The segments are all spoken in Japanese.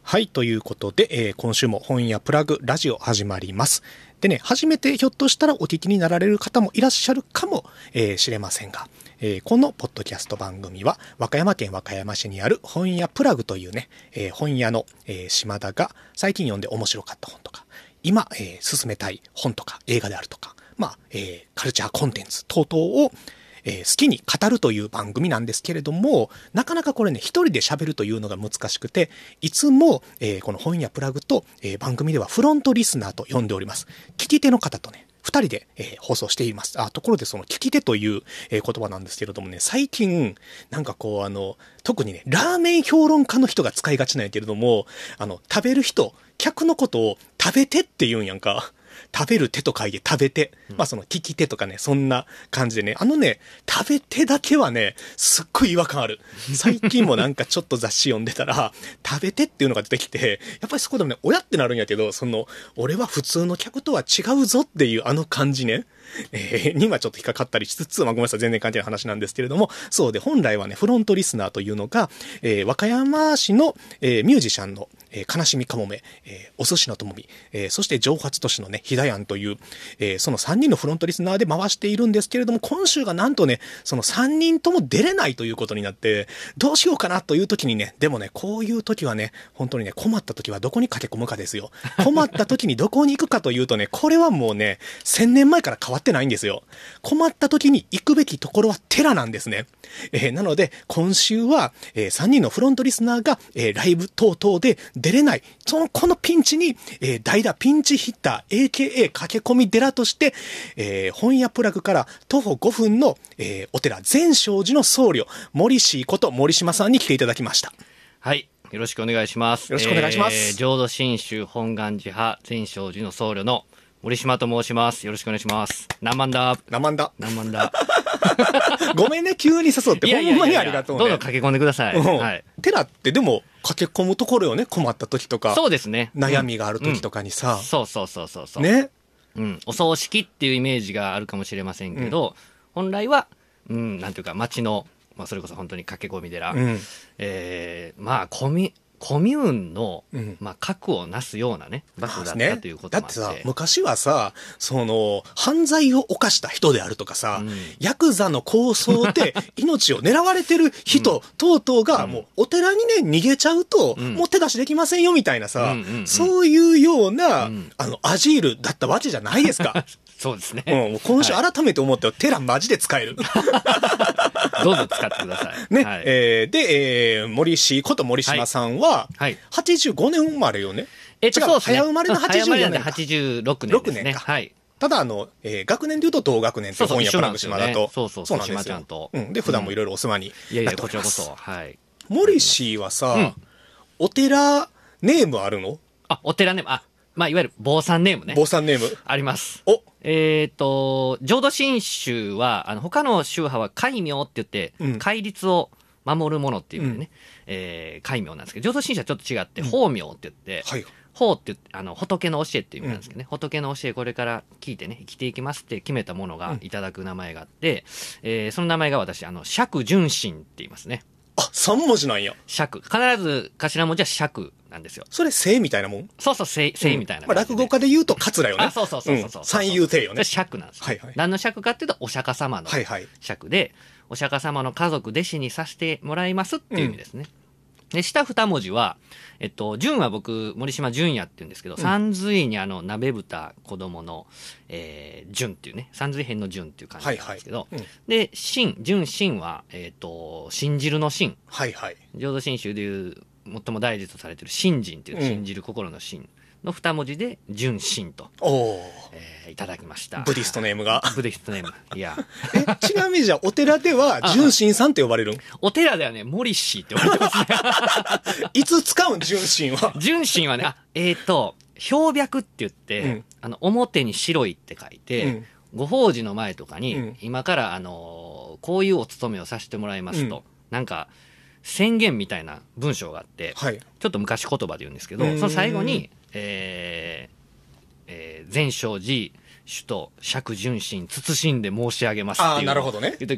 はい、ということで、今週も本屋プラグラジオ始まります。でね、初めてひょっとしたらお聞きになられる方もいらっしゃるかもしれませんが、このポッドキャスト番組は和歌山県和歌山市にある本屋プラグというね、本屋の、島田が最近読んで面白かった本とか、今、進めたい本とか映画であるとか、カルチャーコンテンツ等々を好きに語るという番組なんですけれども、なかなかこれね、一人で喋るというのが難しくて、いつも、この本屋プラグと、番組ではフロントリスナーと呼んでおります。聞き手の方とね、二人で、放送しています。ところでその聞き手という、言葉なんですけれどもね、最近、なんかこう特にね、ラーメン評論家の人が使いがちなんやけれども、食べる人、客のことを食べてって言うんやんか。食べる手と書いて食べて。その聞き手とかね、そんな感じでね。食べてだけはね、すっごい違和感ある。最近もなんかちょっと雑誌読んでたら、食べてっていうのが出てきて、やっぱりそこでもね、親ってなるんやけど、俺は普通の客とは違うぞっていう感じね。にはちょっと引っかかったりしつつ、ごめんなさい、全然関係ない話なんですけれども、そうで、本来はね、フロントリスナーというのが、和歌山市の、ミュージシャンの、悲しみかもめ、お寿司のともみ、そして蒸発都市のね、ひだやんという、その3人のフロントリスナーで回しているんですけれども、今週がなんとね、その3人とも出れないということになって、どうしようかなという時にね、でもね、こういう時はね、本当にね、困った時はどこに駆け込むかですよ。困った時にどこに行くかというとね、これはもうね、1000年前から変わってないんですよ。困った時に行くべきところは寺なんですね。なので、今週は、3人のフロントリスナーが、ライブ等々で出れない。このピンチに、代打ピンチヒッター、AKA 駆け込み寺として、本屋プラグから徒歩5分の、お寺、善勝寺の僧侶、森氏こと森島さんに来ていただきました。 はい。よろしくお願いします。 よろしくお願いします。 浄土真宗本願寺派善勝寺の僧侶の森島と申します。よろしくお願いします。何万だ。 ごめんね、急に誘って。ほんまにありがとうね。 どんどん駆け込んでください。はい。 寺ってでも駆け込むところよね、困った時とか。 そうですね。 悩みがある時とかにさ。 そう。 ね。 お葬式っていうイメージがあるかもしれませんけど、本来は、なんていうか、町の、それこそ本当に駆け込み寺。コミューンの、核をなすようなね、場所だったということもあって。 だってさ、昔はさ、犯罪を犯した人であるとかさ、ヤクザの抗争で命を狙われてる人等々が、もうお寺にね、逃げちゃうと、もう手出しできませんよみたいなさ、そういうような、アジールだったわけじゃないですか。 そうですね。 今週改めて思ったよ。寺マジで使える。 どうぞ使ってください。 ね。で、森氏こと森島さんは、85年生まれよね。 そうですね。 早生まれの84年か。 86年ですね。はい。 ただ学年で言うと同学年って本屋プラグ島だと。 そうなんですよ。 で、普段もいろいろお世話になっております。 こちらこそ。はい。 森氏はさ、お寺ネームあるの？ お寺ネーム、いわゆる坊さんネームね。 坊さんネームあります。浄土真宗は、他の宗派は戒名って言って、戒律を守るものっていう意味でね、戒名なんですけど、浄土真宗はちょっと違って、法名って言って、法って言って、仏の教えっていう意味なんですけどね、仏の教えこれから聞いてね、生きていきますって決めたものがいただく名前があって、その名前が私、釈純心って言いますね。 3文字なんや。 釈。必ず頭文字は釈なんですよ。 それ、聖みたいなもん？ そう、聖みたいな。 落語家で言うと桂よね。 そう。 三遊亭よね。 釈なんですよ。何の釈かっていうと、お釈迦様の釈で、お釈迦様の家族、弟子にさせてもらいますっていう意味ですね。で、下二文字は、純は僕、森島純也って言うんですけど、三髄に鍋豚、子供の、純っていうね、三髄編の純っていう感じなんですけど、で、純真は、信じるの真。浄土真宗でいう、最も大事とされている信心っていう、信じる心の真の二文字で、純真と、いただきました。 ブディストネームが。 ブディストネーム。いや。 ちなみにじゃあ、お寺では、純真さんって呼ばれるん？ お寺ではね、森氏って呼ばれてますね。 いつ使うん純真は？ 純真はね、氷白って言って、表に白いって書いて、ご法事の前とかに、今からこういうお勤めをさせてもらいますと、なんか、宣言みたいな文章があって、ちょっと昔言葉で言うんですけど、その最後に、善勝寺、首都釈純心、謹んで申し上げますっていう、いう時に、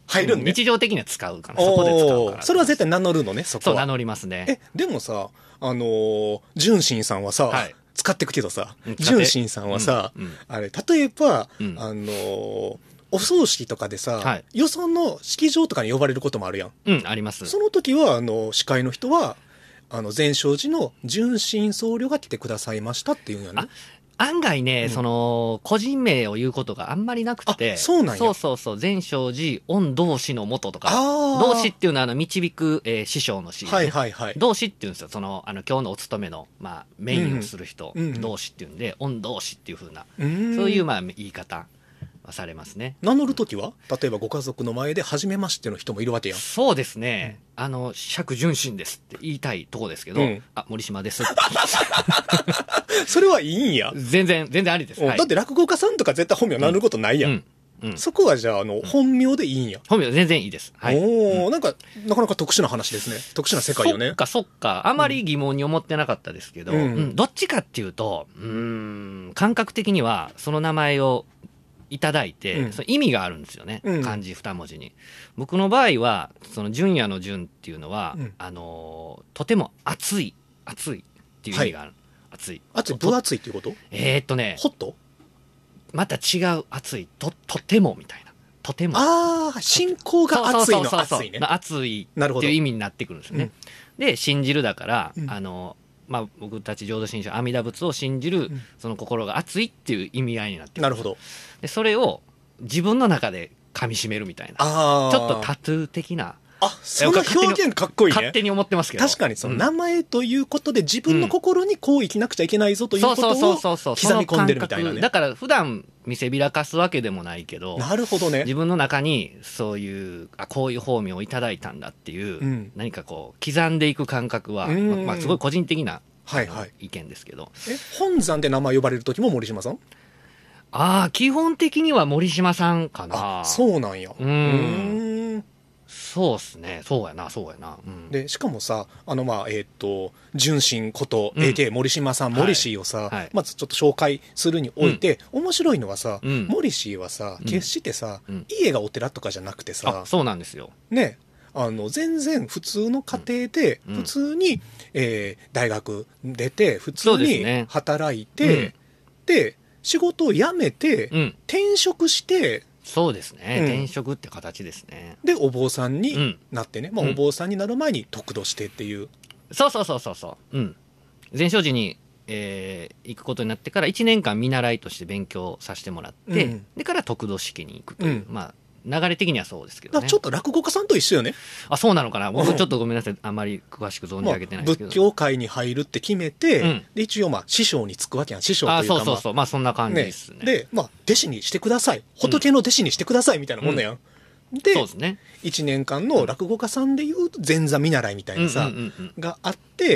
入るんね。 日常的には使うかな。そこで使うから。 それは絶対名乗るのね、そこは。 そう、名乗りますね。 でもさ、純真さんはさ、はい、使ってくけどさ、純真さんはさ、あれ、例えば、お葬式とかでさ、はい、よその式場とかに呼ばれることもあるやん。 あります。 その時は、司会の人は、前勝寺の純真僧侶が来てくださいましたっていうんやね。 案外ね、個人名を言うことがあんまりなくて。 そうなんや。 そう。前勝寺、御同志の元とか。同志っていうのは、導く、師匠の師、ね。はい。同志っていうんですよ。今日のお勤めの、メインをする人、同志っていうんで、御同志っていう風な、そういう、言い方。されますね。 名乗るときは例えばご家族の前で初めましての人もいるわけやん。 そうですね。釈純真ですって言いたいとこですけど、森島ですって。 それはいいんや。 全然ありです。 だって落語家さんとか絶対本名名乗ることないやん。そこはじゃあ、本名でいいんや。 本名全然いいです。はい。 なんか、なかなか特殊な話ですね。特殊な世界よね。 そっか。あまり疑問に思ってなかったですけど、どっちかっていうと、感覚的には、その名前をいただいて、その意味があるんですよね。漢字二文字に。僕の場合は、その純也の純っていうのは、とても熱いっていう意味がある。熱い。 分厚いっていうこと？ホット？ また違う熱い。とてもみたいな。とても。 信仰が熱いの熱いね。 熱いっていう意味になってくるんですね。で、信じるだから、僕たち浄土真宗阿弥陀仏を信じる、その心が熱いっていう意味合いになってくる。 なるほど。 でそれを自分の中で噛み締めるみたいな。ちょっとタトゥー的な。 その表現かっこいいね。 勝手に思ってますけど。 確かにその名前ということで自分の心にこう生きなくちゃいけないぞということを刻み込んでるみたいなね。 だから普段見せびらかすわけでもないけど。 なるほどね。 自分の中にそういう、こういう法名をいただいたんだっていう、何かこう、刻んでいく感覚は、すごい個人的な意見ですけど。 本山で名前呼ばれる時も森島さん？ 基本的には森島さんかな。 そうなんや。 そうっすね。そうやな。 で、しかもさ、純真こと、AK 森島さん、森氏をさ、まずちょっと紹介するにおいて、面白いのはさ、森氏はさ、決してさ、家がお寺とかじゃなくてさ、 そうなんですよ。 ね、全然普通の家庭で、普通に、大学出て、普通に働いて、で、仕事を辞めて、転職して、 そうですね、転職って形ですね。 で、お坊さんになってね、お坊さんになる前に得度してっていう。 そう。前勝寺に、行くことになってから1年間見習いとして勉強させてもらって、でから得度式に行くという、流れ的にはそうですけどね。 ちょっと落語家さんと一緒よね。 そうなのかな。僕ちょっとごめんなさい。あんまり詳しく存じ上げてないですけど。 仏教界に入るって決めて、で、一応師匠につくわけやん。師匠というか。 そう。そんな感じですね。 で、弟子にしてください。仏の弟子にしてくださいみたいなもんだやん。で、 そうですね。 1年間の落語家さんでいう前座見習いみたいなさ、があって、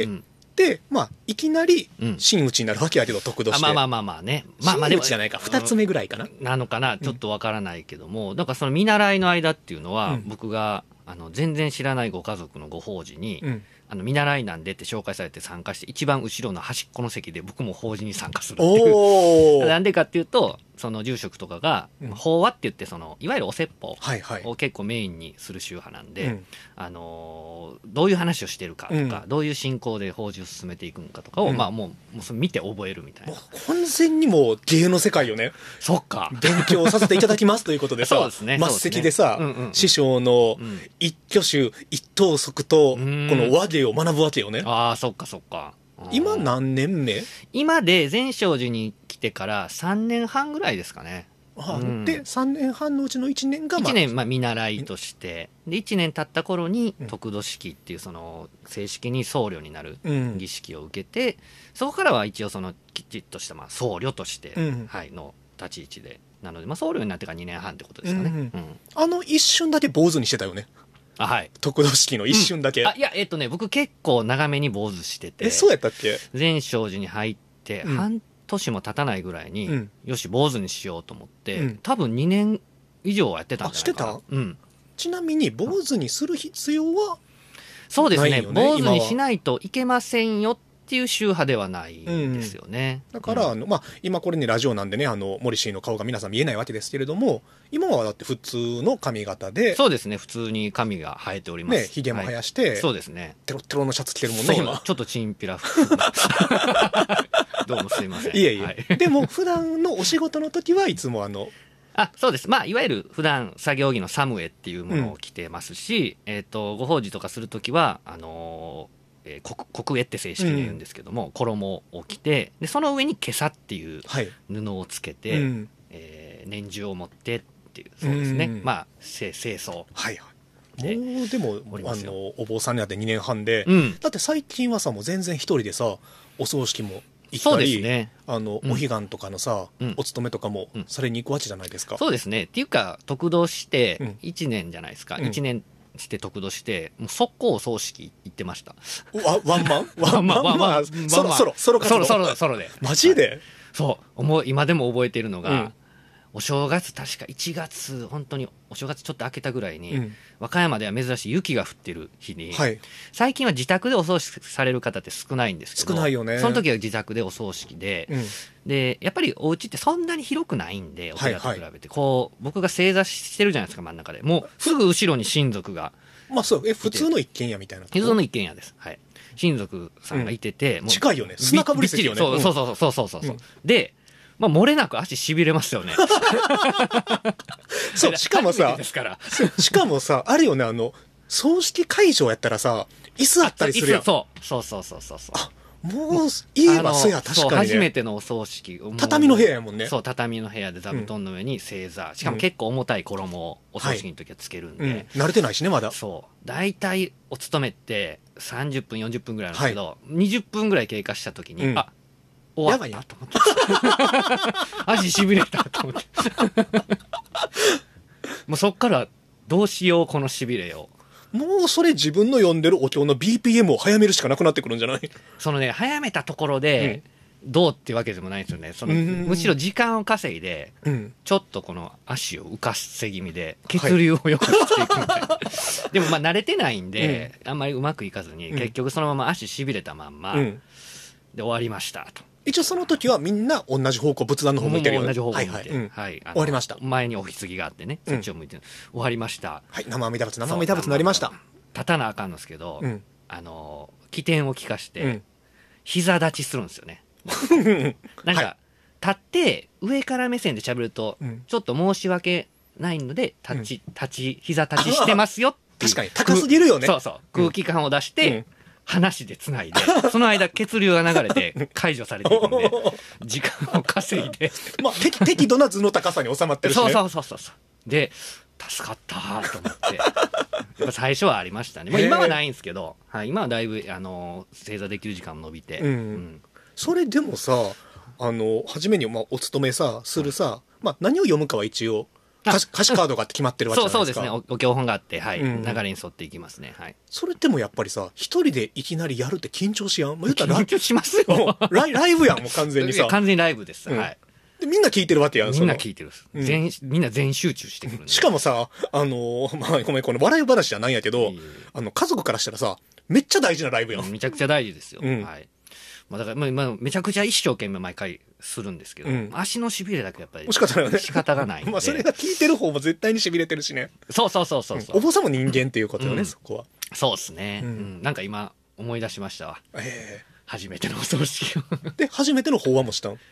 で、いきなり、真打ちになるわけやけど、得度して。 ね。 真打ちじゃないか、2つ目ぐらいかな。 なのかな、ちょっとわからないけども、だからその見習いの間っていうのは、僕が、全然知らないご家族のご法事に、見習いなんでって紹介されて参加して、一番後ろの端っこの席で僕も法事に参加するっていう。なんでかっていうと、その住職とかが、法話って言って、いわゆるお説法を結構メインにする宗派なんで、どういう話をしてるかとか、どういう進行で法事を進めていくのかとかを、もう見て覚えるみたいな。 完全にもう芸の世界よね。 そっか。 勉強させていただきますということでさ、末席でさ、師匠の一挙手一投足と、この和芸を学ぶわけよね。 そっか。 今何年目？ 今で前勝寺に来てから3年半ぐらいですかね。 で3年半のうちの1年が 1年見習いとしてで1年経った頃に得度式っていうその正式に僧侶になる儀式を受けて、そこからは一応そのきちっとした僧侶として、の立ち位置でなので、僧侶になってから2年半ってことですかね。 一瞬だけ坊主にしてたよね。得度式の一瞬だけ。 いや僕結構長めに坊主してて。 そうやったっけ？ 前勝寺に入って半年も経たないぐらいに、よし坊主にしようと思って、多分2年以上はやってたんじゃないかな。してた？ ちなみに坊主にする必要はそうですね、坊主にしないといけませんよっっていう宗派ではないんですよね。 だからまあ、今これねラジオなんでねモリシーの顔が皆さん見えないわけですけれども、今はだって普通の髪型で、 そうですね、普通に髪が生えております。 ね、ひげも生やして、 そうですね、 テロテロのシャツ着てるもんね今。 ちょっとチンピラ服どうもすいません。 いえいえ、でも普段のお仕事の時はいつもそうです。まあ、いわゆる普段作業着のサムエっていうものを着てますし、ご法事とかするときは、国絵って正式で言うんですけども、衣を着て、で、その上に袈裟っていう布をつけて、年中を持ってっていう、そうですね。まあ、清掃。 はいはい。もうでもお坊さんになって2年半で、だって最近はさもう全然一人でさお葬式も行ったり、ね、お彼岸とかのさ、お勤めとかもされに行くわけじゃないですか。 そうですね。っていうか得度して1年じゃないですか。1年して得度してもう速攻お葬式行ってました。 ワンマンソロでマジで、 そう今でも覚えているのが、お正月確か1月本当にお正月ちょっと明けたぐらいに、和歌山では珍しい雪が降ってる日に、最近は自宅でお葬式される方って少ないんですけど、 少ないよね。 その時は自宅でお葬式で、でやっぱりお家ってそんなに広くないんで、お寺と比べて、こう僕が正座してるじゃないですか、真ん中でもうすぐ後ろに親族が、 まあそう普通の一軒家みたいな、 普通の一軒家です。はい、親族さんがいてて、もう近いよね、砂かぶり席よね。 そうで、まあ、漏れなく足しびれますよね。 そう、しかもさ、あるよね、葬式会場やったらさ、椅子あったりするやん。 そう。 もう、家はそうや、確かにね。 初めてのお葬式。 畳の部屋やもんね。 そう、畳の部屋で座布団の上に正座。しかも結構重たい衣をお葬式の時はつけるんで。 慣れてないしね、まだ。 そう。大体、お勤めって30分、40分ぐらいなんですけど、20分ぐらい経過した時に、終わったと思って足しびれたと思ってもうそっからどうしようこのしびれを。 もうそれ自分の読んでるお経の BPM を早めるしかなくなってくるんじゃない？ そのね、早めたところでどうってわけでもないんですよね。むしろ時間を稼いで、ちょっとこの足を浮かせ気味で血流を良くしていくみたいなでもまあ慣れてないんで、あんまりうまくいかずに、結局そのまま足しびれたまんま、で終わりましたと。 一応その時はみんな同じ方向、仏壇の方向いてるよね。 同じ方向向いて、終わりました。 前にお棺があってね、そっちを向いて、終わりました。 はい、生阿弥陀仏になりました。 立たなあかんのですけど、起点を利かして、膝立ちするんですよね。なんか、立って上から目線で喋ると、ちょっと申し訳ないので、膝立ちしてますよっていう。 確かに、高すぎるよね。 そう、空気感を出して、話でつないで、その間血流が流れて解除されていくんで、時間を稼いで。 まあ、適度な図の高さに収まってるしね。 そう。で、助かったと思って。やっぱ最初はありましたね。まあ、今はないんですけど、今はだいぶ、正座できる時間も伸びて。 それでもさ、初めに、お勤めさ、するさ、何を読むかは一応、歌詞カードがあって決まってるわけじゃないですか。 そうですね。お経本があって、流れに沿っていきますね。 それってもやっぱりさ、一人でいきなりやるって緊張しやん？ 緊張しますよ。 ライブやん、もう完全にさ。 完全にライブです。でみんな聞いてるわけやん。 みんな聞いてる。みんな全集中してくるんで。 しかもさ、ごめん、この笑い話じゃないんやけど、家族からしたらさ、めっちゃ大事なライブやん。 めちゃくちゃ大事ですよ。だから、めちゃくちゃ一生懸命毎回するんですけど、足のしびれだけやっぱり仕方がないんで。 それが聞いてる方も絶対にしびれてるしね。 そう。 お坊さんも人間っていうことよね、そこは。 そうですね。なんか今思い出しましたわ。初めてのお葬式を。 で、初めての法話もしたん？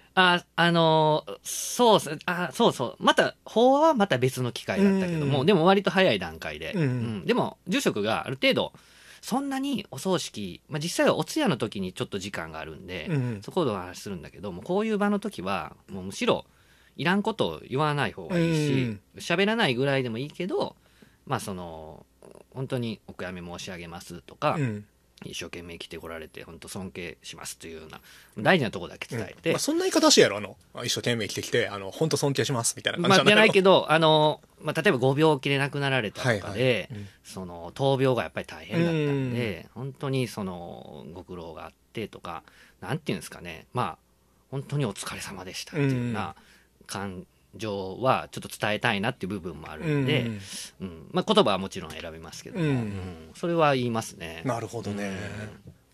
そうですね。そう。また、法話はまた別の機会だったけども、でも割と早い段階で。でも、住職がある程度、そんなにお葬式、実際はお通夜の時にちょっと時間があるんで、そこでお話しするんだけども、こういう場の時は、もうむしろ、いらんことを言わない方がいいし、喋らないぐらいでもいいけど、本当にお悔やみ申し上げますとか、一生懸命来てこられて本当尊敬しますというような大事なところだけ伝えて、 そんな言い方しやろ、一生懸命来てきて本当尊敬しますみたいな感じじゃないけど、例えばご病気で亡くなられたとかで、闘病がやっぱり大変だったんで、本当にご苦労があってとか、なんていうんですかね、本当にお疲れ様でしたっていうような感情はちょっと伝えたいなっていう部分もあるんで、言葉はもちろん選びますけども、それは言いますね。 なるほどね。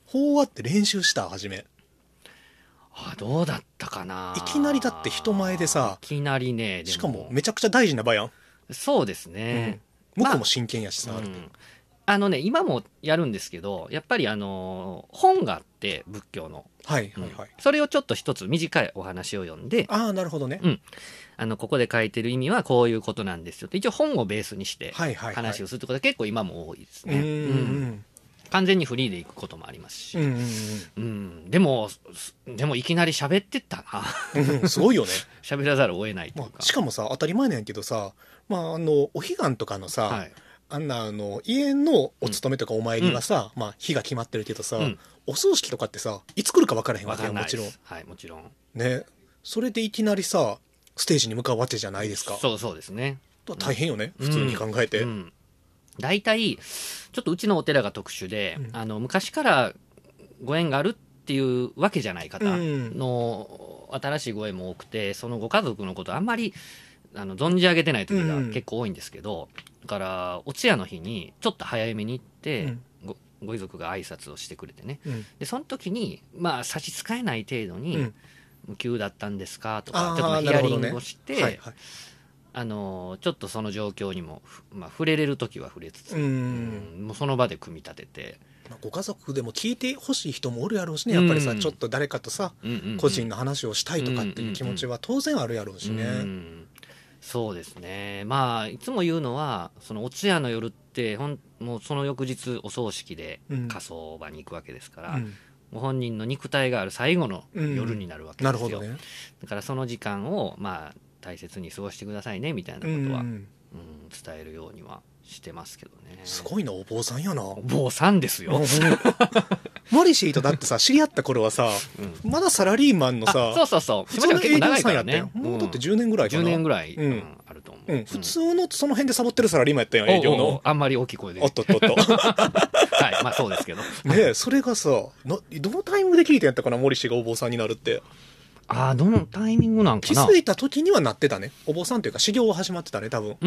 法話って練習した初め。 どうだったかな。 いきなりだって人前でさ、 いきなりね、 しかもめちゃくちゃ大事な場やん。 そうですね。 向こうも真剣やしさ、 今もやるんですけど、やっぱり本があって、仏教の。 はいはいはい。 それをちょっと一つ短いお話を読んで、 ああ、なるほどね。 ここで書いてる意味はこういうことなんですよって、一応本をベースにして話をするってことは結構今も多いですね。完全にフリーで行くこともありますし。でもいきなり喋ってったな。すごいよね。 喋らざるを得ないというか。 しかもさ、当たり前なんやけどさ、お彼岸とかのさ、家のお勤めとかお参りはさ、日が決まってるけどさ、お葬式とかってさ、いつ来るか分からへんわけやん、もちろん。 はい、もちろん。 ね。それでいきなりさ、ステージに向かうわけじゃないですか。 そうですね。 大変よね、普通に考えて。 大体、ちょっとうちのお寺が特殊で、昔からご縁があるっていうわけじゃない方の新しいご縁も多くて、そのご家族のことあんまり存じ上げてない時が結構多いんですけど、だからお通夜の日にちょっと早めに行って、ご遺族が挨拶をしてくれてね、でその時に差し支えない程度に、無給だったんですかとかちょっとヒアリングをして、ちょっとその状況にも、触れれる時は触れつつ、もうその場で組み立てて、 ご家族でも聞いてほしい人もおるやろうしね、やっぱりさ、ちょっと誰かとさ、個人の話をしたいとかっていう気持ちは当然あるやろうしね。 そうですね。いつも言うのは、そのお通夜の夜ってもうその翌日お葬式で火葬場に行くわけですから、ご本人の肉体がある最後の夜になるわけですよ。だからその時間を大切に過ごしてくださいねみたいなことは、伝えるようにはしてますけどね。 すごいな、お坊さんやな。 お坊さんですよ。 モリシーとだってさ、知り合った頃はさ、まだサラリーマンのさ、 そう普通の営業さんやったよ。 もうだって10年ぐらいかな。 10年ぐらいあると思う。 普通のその辺でサボってるサラリーマンやったよ、営業の。 あんまり大きい声で。 おっとっとっと。 はい、そうですけど。 ねえ、それがさ、どのタイミングで聞いてんやったかな、モリシーがお坊さんになるって。 どのタイミングなんかな。 気づいた時にはなってたね。お坊さんというか修行は始まってたね、多分。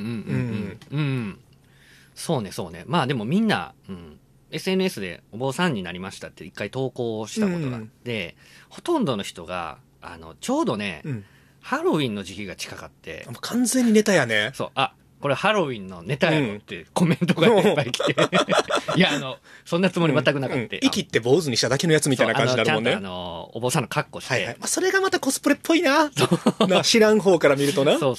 そうね。でもみんな、SNS でお坊さんになりましたって一回投稿したことがあって、ほとんどの人が、ちょうどね、ハロウィンの時期が近かって。 完全にネタやね。 そう、これハロウィンのネタやろってコメントがいっぱい来て。いや、そんなつもり全くなかった。 生きって坊主にしただけのやつみたいな感じになるもんね。 ちゃんとお坊さんの格好して。 それがまたコスプレっぽいな。知らん方から見るとな。 そう、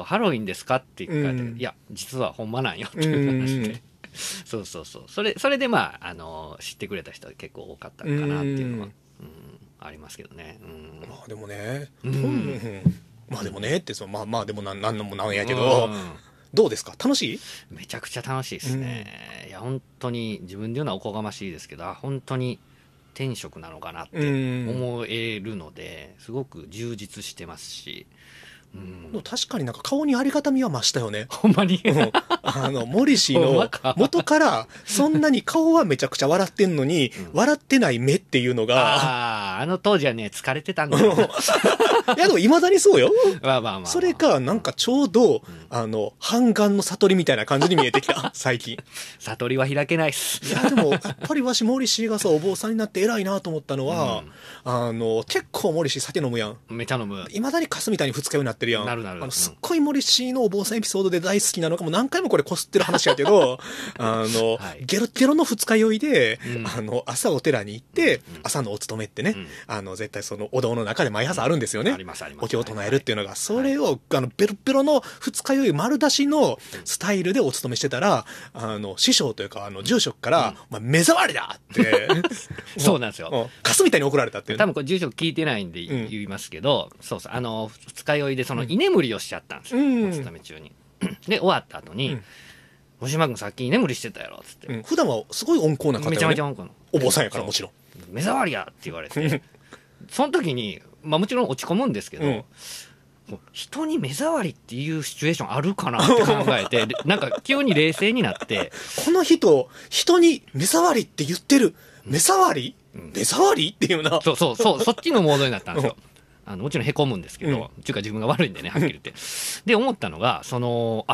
ハロウィンですかって言って、いや、実はほんまなんよっていう話で。そう。それで知ってくれた人は結構多かったのかなっていうのは、ありますけどね。 でもね、でもねって、でもなんのもなんやけど、どうですか、楽しい？ めちゃくちゃ楽しいですね。いや、本当に自分で言うのはおこがましいですけど、本当に天職なのかなって思えるので、すごく充実してますし。 確かになんか顔にありがたみは増したよね。 ほんまにモリシーの元からそんなに顔はめちゃくちゃ笑ってんのに、笑ってない目っていうのが当時はね疲れてたんだよ。 いやでも未だにそうよ。 まあそれかなんかちょうど半眼の悟りみたいな感じに見えてきた最近。 悟りは開けないっす。 いやでもやっぱりわしモリシーがさお坊さんになって偉いなと思ったのは、結構モリシー酒飲むやん。 めちゃ飲む。 未だにカスみたいに二日酔いになってるやん。 なる。 すっごいモリシーのお坊さんエピソードで大好きなのかも、何回もこれこすってる話やけどゲロゲロの二日酔いで、朝お寺に行って、朝のお勤めってね、絶対そのお堂の中で毎朝あるんですよね。お経を唱えるっていうのが、それをベロベロの二日酔い丸出しのスタイルでお勤めしてたら、師匠というか住職から「目障りだ!」ってそうなんですよ。 カスみたいに怒られたっていう。 多分これ住職聞いてないんで言いますけど、そう二日酔いでその居眠りをしちゃったんですよ、お勤め中に。で終わった後に「五島君さっき居眠りしてたやろ」っつって。 普段はすごい温厚な方よね。 めちゃめちゃ温厚なお坊さんやからもちろん。 目障りやって言われて、その時にもちろん落ち込むんですけど、人に目障りっていうシチュエーションあるかなって考えてなんか急に冷静になって、 この人に目障りって言ってる、目障り、目障りっていうな。 そっちのモードになったんですよ。もちろんへこむんですけど、っていうか自分が悪いんでね、はっきり言って。で思ったのがこ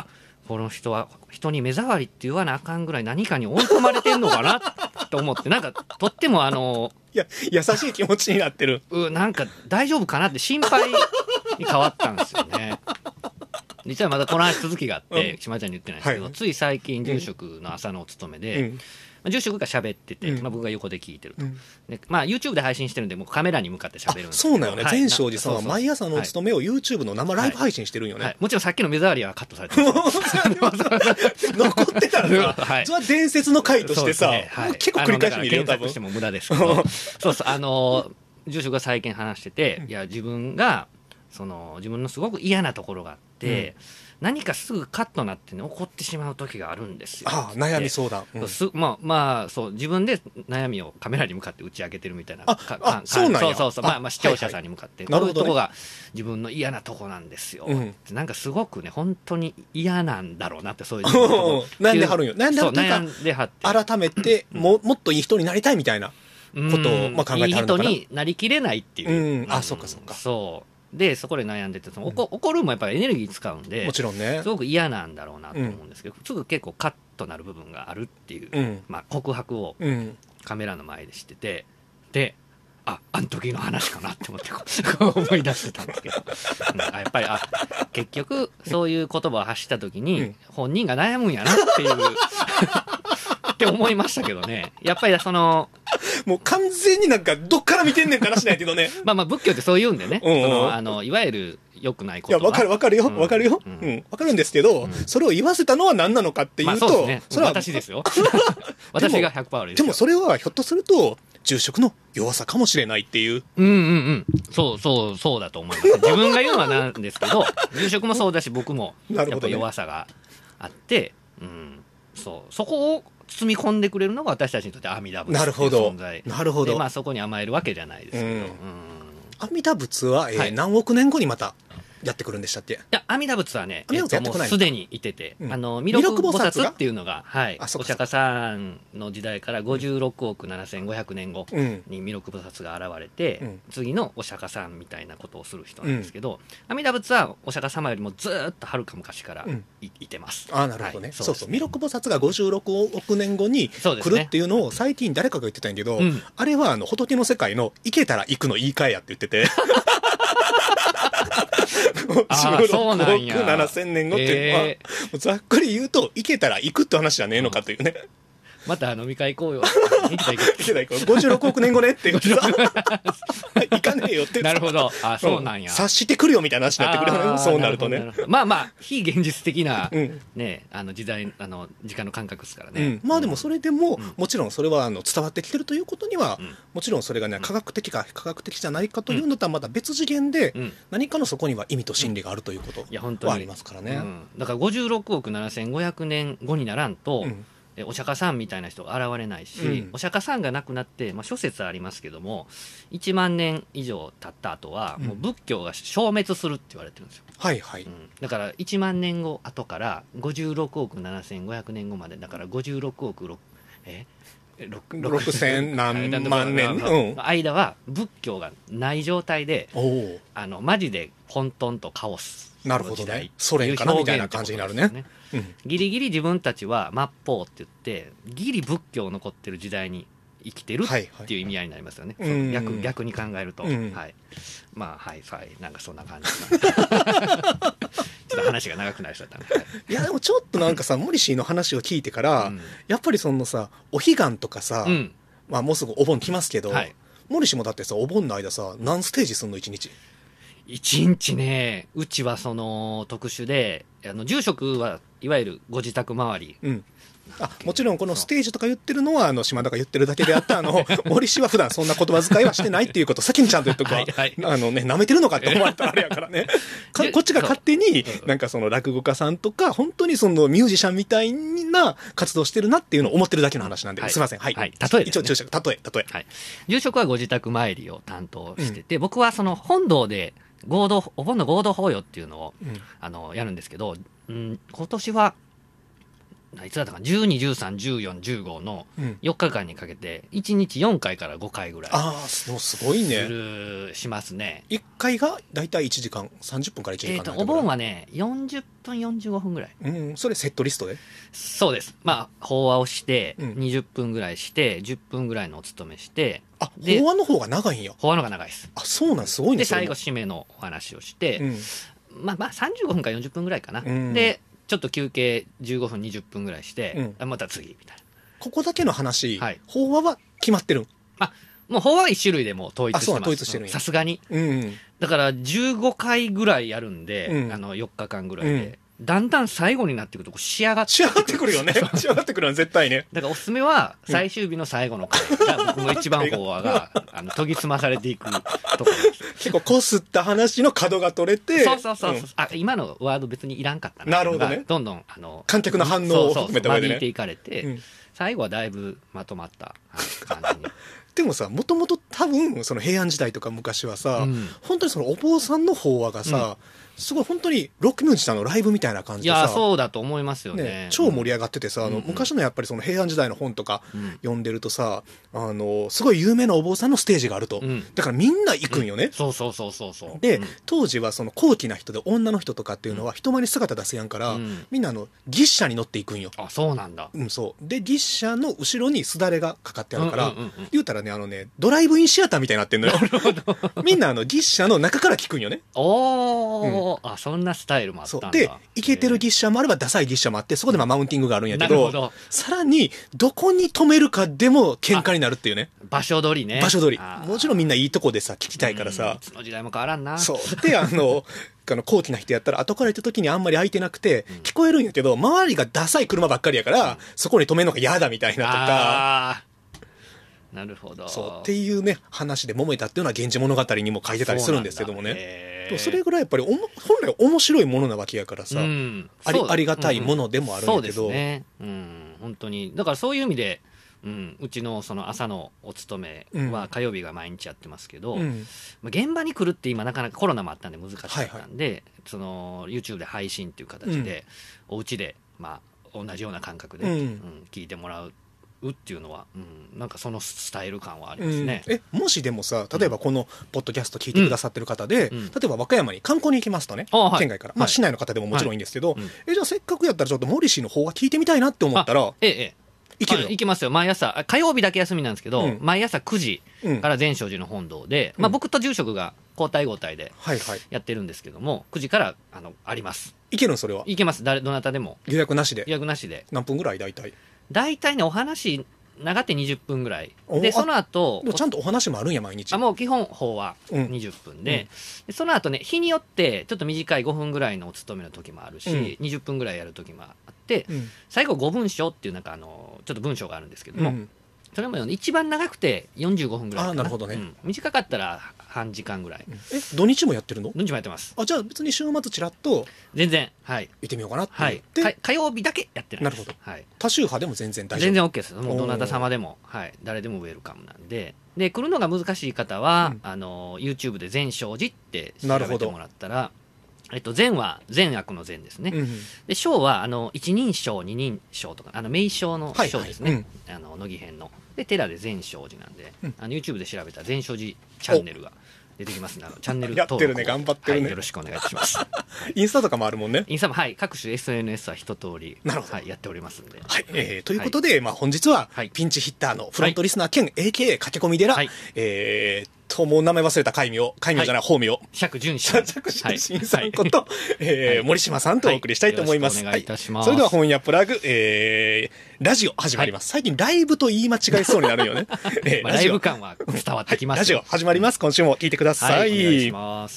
この人は人に目障りって言わなあかんぐらい何かに追い込まれてんのかなと思って、なんかとってもいや優しい気持ちになってる。 なんか大丈夫かなって心配に変わったんですよね。実はまだこの話続きがあって、島ちゃんに言ってないんですけど、はい、つい最近住職の朝のお勤めで、住職が喋ってて、僕が横で聞いてると、でYouTube で配信してるんでもうカメラに向かって喋るんですけど。 そうなよね、善照寺さんは毎朝のお勤めを YouTube の生ライブ配信してるんよね、 はいはい、もちろんさっきの目障りはカットされてます残ってたらさ、それは伝説の回としてさ、結構繰り返し見るよ多分。 検索しても無駄ですけどそうそう住職が最近話してて、いや自分が自分のすごく嫌なところがあって、何かすぐカッとなってね怒ってしまう時があるんですよ。 悩み相談、 そう自分で悩みをカメラに向かって打ち明けてるみたいな。 そうなんや。 そう視聴者さんに向かって、こういうとこが自分の嫌なとこなんですよ、なんかすごくね本当に嫌なんだろうなって、そういう悩んではるんよ。 悩んではって改めてもっといい人になりたいみたいなことを考えてはるのかな。いい人になりきれないっていう、 そっかそっか。 そうでそこで悩んでて、怒るもやっぱりエネルギー使うんで、 もちろんね、 すごく嫌なんだろうなと思うんですけど、すぐ結構カッとなる部分があるっていう、告白をカメラの前でしてて、であん時の話かなって思ってこう思い出してたんですけどやっぱり結局そういう言葉を発した時に本人が悩むんやなっていうって思いましたけどね。やっぱりもう完全になんかどっから見てんねんからしないけどね仏教ってそう言うんでね、いわゆる良くないことは。 いやわかるよわかるんですけど、それを言わせたのは何なのかっていうと、 それは私ですよ私が 100% 悪いですよ。 でもそれはひょっとすると住職の弱さかもしれないっていう。 そうだと思います。自分が言うのはなんですけど住職もそうだし僕もやっぱ弱さがあって、そこを包み込んでくれるのが私たちにとって阿弥陀仏っていう存在で、そこに甘えるわけじゃないですけど、 阿弥陀仏は何億年後にまたやってくるんでしたっけ？いや、阿弥陀仏はね、もうすでにいてて、弥勒菩薩っていうのが、お釈迦さんの時代から56億7500年後に弥勒菩薩が現れて、次のお釈迦さんみたいなことをする人なんですけど、阿弥陀仏はお釈迦様よりもずっとはるか昔からいてます。 なるほどね。そう弥勒菩薩が56億年後に来るっていうのを最近誰かが言ってたんやけど、あれは仏の世界の行けたら行くの言い換えやって言っててそうなんや。 56億7000年後っていうのは、ざっくり言うと行けたら行くって話じゃねえのかというね。 また飲み会行こうよ。 56億年後ねって言ってさ行かねえよってなるほど。そうなんや。 察してくるよみたいな話になってくるよね。そうなるとね。 非現実的なね、時代時間の感覚ですからね。 でもそれでももちろんそれは伝わってきてるということには、もちろんそれがね科学的か非科学的じゃないかというのとはまた別次元で何かのそこには意味と真理があるということはありますからね。 だから56億7500年後にならんとお釈迦さんみたいな人が現れないし、お釈迦さんが亡くなって、諸説ありますけども1万年以上経った後はもう仏教が消滅するって言われてるんですよ。だから1万年後後から56億7500年後までだから56億 6000何万年の間は仏教がない状態でマジで混沌とカオスの時代、 ソ連かなみたいな感じになるね。 ギリギリ自分たちは末法って言ってギリ仏教残ってる時代に生きてるっていう意味合いになりますよね。逆に考えると、なんかそんな感じちょっと話が長くなりそうだったね。 いやでもちょっとなんかさモリシーの話を聞いてから、やっぱりそのさお彼岸とかさ、もうすぐお盆来ますけど、モリシーもだってさお盆の間さ何ステージすんの1日 ？1日ね、うちはその特殊で住職はいわゆるご自宅周り、 もちろんこのステージとか言ってるのは島田が言ってるだけであって森氏は普段そんな言葉遣いはしてないっていうことを先にちゃんと言っとくわ。舐めてるのかって思われたらあれやからねこっちが勝手になんかその落語家さんとか本当にそのミュージシャンみたいな活動してるなっていうのを思ってるだけの話なんで、すいません。例え一応注釈例え、 住職はご自宅参りを担当してて、僕はその本堂でお盆の合同法要っていうのを、やるんですけど、今年はいつだったかな、12、13、14、15の4日間にかけて、1日4回から5回ぐらい。 ああ、もうすごいね。 しますね。 1回がだいたい1時間、30分から1時間。 お盆はね、40分、45分ぐらい。 うん、それセットリストで？ そうです。まあ、法話をして、20分ぐらいして、10分ぐらいのお勤めして、 あ、法話の方が長いんや。 法話の方が長いです。 あ、そうなん、すごいね。 で、最後、締めのお話をして、まあ、35分か40分ぐらいかな。で、ちょっと休憩15分、20分ぐらいして、また次、みたいな。 ここだけの話、法話は決まってるん？ あ、もう法話は1種類でも統一してます。 統一してるんや。 さすがに。だから15回ぐらいやるんで、4日間ぐらいで。だんだん最後になってくると仕上がってくるよね。仕上がってくるの絶対ね。 だからおすすめは最終日の最後の回が僕の一番法話が研ぎ澄まされていくところです。 結構こすった話の角が取れて。 そう。あ、今のワード別にいらんかったな。 なるほどね。 どんどん観客の反応を含めた上でね。 間引いていかれて、最後はだいぶまとまった感じに。 でもさ、もともと多分その平安時代とか昔はさ、本当にそのお坊さんの法話がさ、すごい本当にロックミュージシャンのライブみたいな感じでさ、 いやそうだと思いますよね。 超盛り上がっててさ、昔のやっぱりその平安時代の本とか読んでるとさ、すごい有名なお坊さんのステージがあると、だからみんな行くんよね。 そう。 で、当時はその高貴な人で女の人とかっていうのは人前に姿出せやんから、みんな牛車に乗っていくんよ。 あ、そうなんだ。 そうで牛車の後ろにすだれがかかってあるから、言うたらね、ドライブインシアターみたいになってんのよ。みんな牛車の中から聞くんよね。 あ、そんなスタイルもあったんだ。 で、イケてる牛車もあればダサい牛車もあって、そこでマウンティングがあるんやけど、さらにどこに止めるかでも喧嘩になるっていうね。 場所取りね。 場所取り。もちろんみんないいとこでさ、聞きたいからさ。 いつの時代も変わらんな。 そう。で、高貴な人やったら後から行った時にあんまり空いてなくて、聞こえるんやけど、周りがダサい車ばっかりやから、そこに止めるのが嫌だみたいなとか。 なるほど。 そうっていうね話で揉めたっていうのは源氏物語にも書いてたりするんですけどもね。それぐらいやっぱり本来面白いものなわけやからさ、ありがたいものでもあるんだけど、 そうですね。本当にだからそういう意味で、うちのその朝のお勤めは火曜日が毎日やってますけど、現場に来るって今なかなかコロナもあったんで難しかったんで、その YouTube で配信っていう形で、お家でまあ同じような感覚で、聞いてもらうっていうのは、なんかそのスタイル感はありますね。 もしでもさ、例えばこのポッドキャスト聞いてくださってる方で、例えば和歌山に観光に行きますとね、県外から、市内の方でももちろんいいんですけど、じゃあせっかくやったらちょっとモリシーの方が聞いてみたいなって思ったら、行けるの？ 行きますよ。毎朝火曜日だけ休みなんですけど、毎朝9時から善勝寺の本堂で、僕と住職が交代交代でやってるんですけども、9時からあります。 行けるの？それは行けます。どなたでも予約なしで。 何分ぐらい大体ね、お話長って20分ぐらいで、その後ちゃんとお話もあるんや毎日。 もう基本法は20分で、その後ね、日によってちょっと短い5分ぐらいのお勤めの時もあるし、20分ぐらいやる時もあって、最後5分章っていうなんかちょっと文章があるんですけども、それも一番長くて45分ぐらいかな。 なるほどね。 短かったら半時間ぐらい。 土日もやってるの？ 土日もやってます。 じゃあ別に週末ちらっと全然行ってみようかなって思って、 火曜日だけやってるんです。 なるほど。多宗派でも全然大丈夫？ 全然 OK です。もうどなた様でも、誰でもウェルカムなんで。で、来るのが難しい方は、YouTube で善勝寺って調べてもらったら、善は善悪の善ですね。で、勝は一人称二人称とか名称の称ですね。乃木編の。で、寺で善勝寺なんで、YouTube で調べたら善勝寺チャンネルが出てきますので、チャンネル登録やってるね、頑張ってるね。 よろしくお願いします。 インスタとかもあるもんね。 インスタも各種 SNS は一通りやっておりますんで。 ということで、本日はピンチヒッターのフロントリスナー兼 AKA 駆け込み寺、もう名前忘れた戒名じゃない、法名。 釈純心さんこと、森島さんとお送りしたいと思います。 お願いいたします。 それでは本屋プラグ、ラジオ始まります。最近ライブと言い間違いそうになるよね。 ライブ感は伝わってきます。 ラジオ始まります。今週も聞いてください。 お願いします。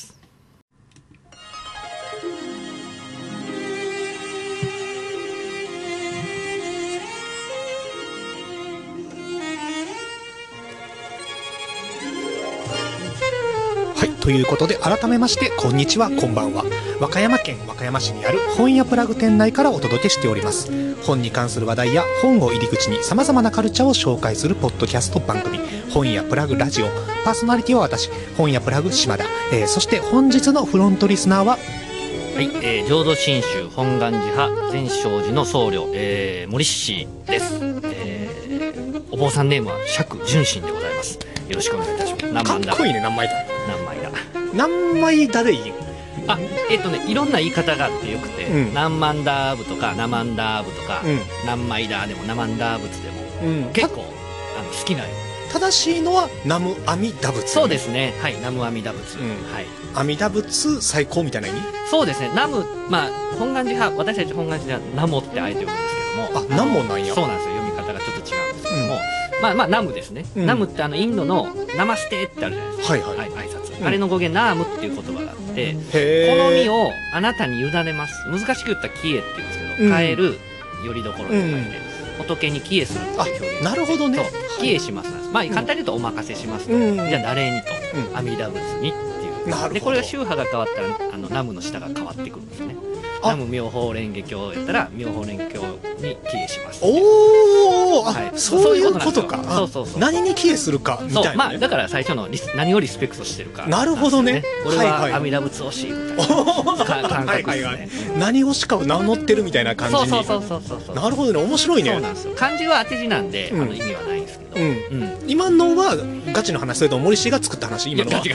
ということで改めましてこんにちは、こんばんは。和歌山県和歌山市にある本屋プラグ店内からお届けしております。本に関する話題や本を入り口に様々なカルチャーを紹介するポッドキャスト番組、本屋プラグラジオ。パーソナリティは私、本屋プラグ島田。そして本日のフロントリスナーははい、浄土真宗本願寺派全勝寺の僧侶、森氏です。お坊さんネームは釈純心でございます。よろしくお願いいたします。 かっこいいね、何枚だ。何枚だでいい。 あ、いろんな言い方があってよくて、何万ダーブとか何万ダーブとか、何枚だでも何万ダーブツでも、結構好きなよ。 正しいのは南無阿弥陀仏。 そうですね。はい、南無阿弥陀仏。はい。 阿弥陀仏最高みたいな意味。 そうですね。南無、まあ本願寺派、私たち本願寺では南無ってあえて呼ぶんですけども。 あ、南無なんや。 そうなんですよ。読み方がちょっと違うんですけども、まあ南無ですね。南無ってインドのナマステってあるじゃないですか。はいはい。挨拶。あれの語源ナームっていう言葉があって、この身をあなたに委ねます。難しく言ったらキエって言うんですけど、変えるよりどころで書いて。仏に帰依するっていう表現。 なるほどね。 帰依します。まあ簡単に言うとお任せしますと。じゃあ誰にと、阿弥陀仏にっていう。でこれが宗派が変わったら南無の下が変わってくるんですね。南無妙法蓮華経やったら妙法蓮華経に帰依します。 おお、そういうことか。そう何に帰依するかみたいな。 まあだから最初の何をリスペクトしてるか。 なるほどね。 俺は阿弥陀仏推しみたいな感覚ですね。 何をしかを名乗ってるみたいな感じに。 そうなるほどね、面白いね。 そうなんですよ。漢字は当て字なんで意味はないんですけど。 今のはガチの話、それとも森氏が作った話。今のはガチ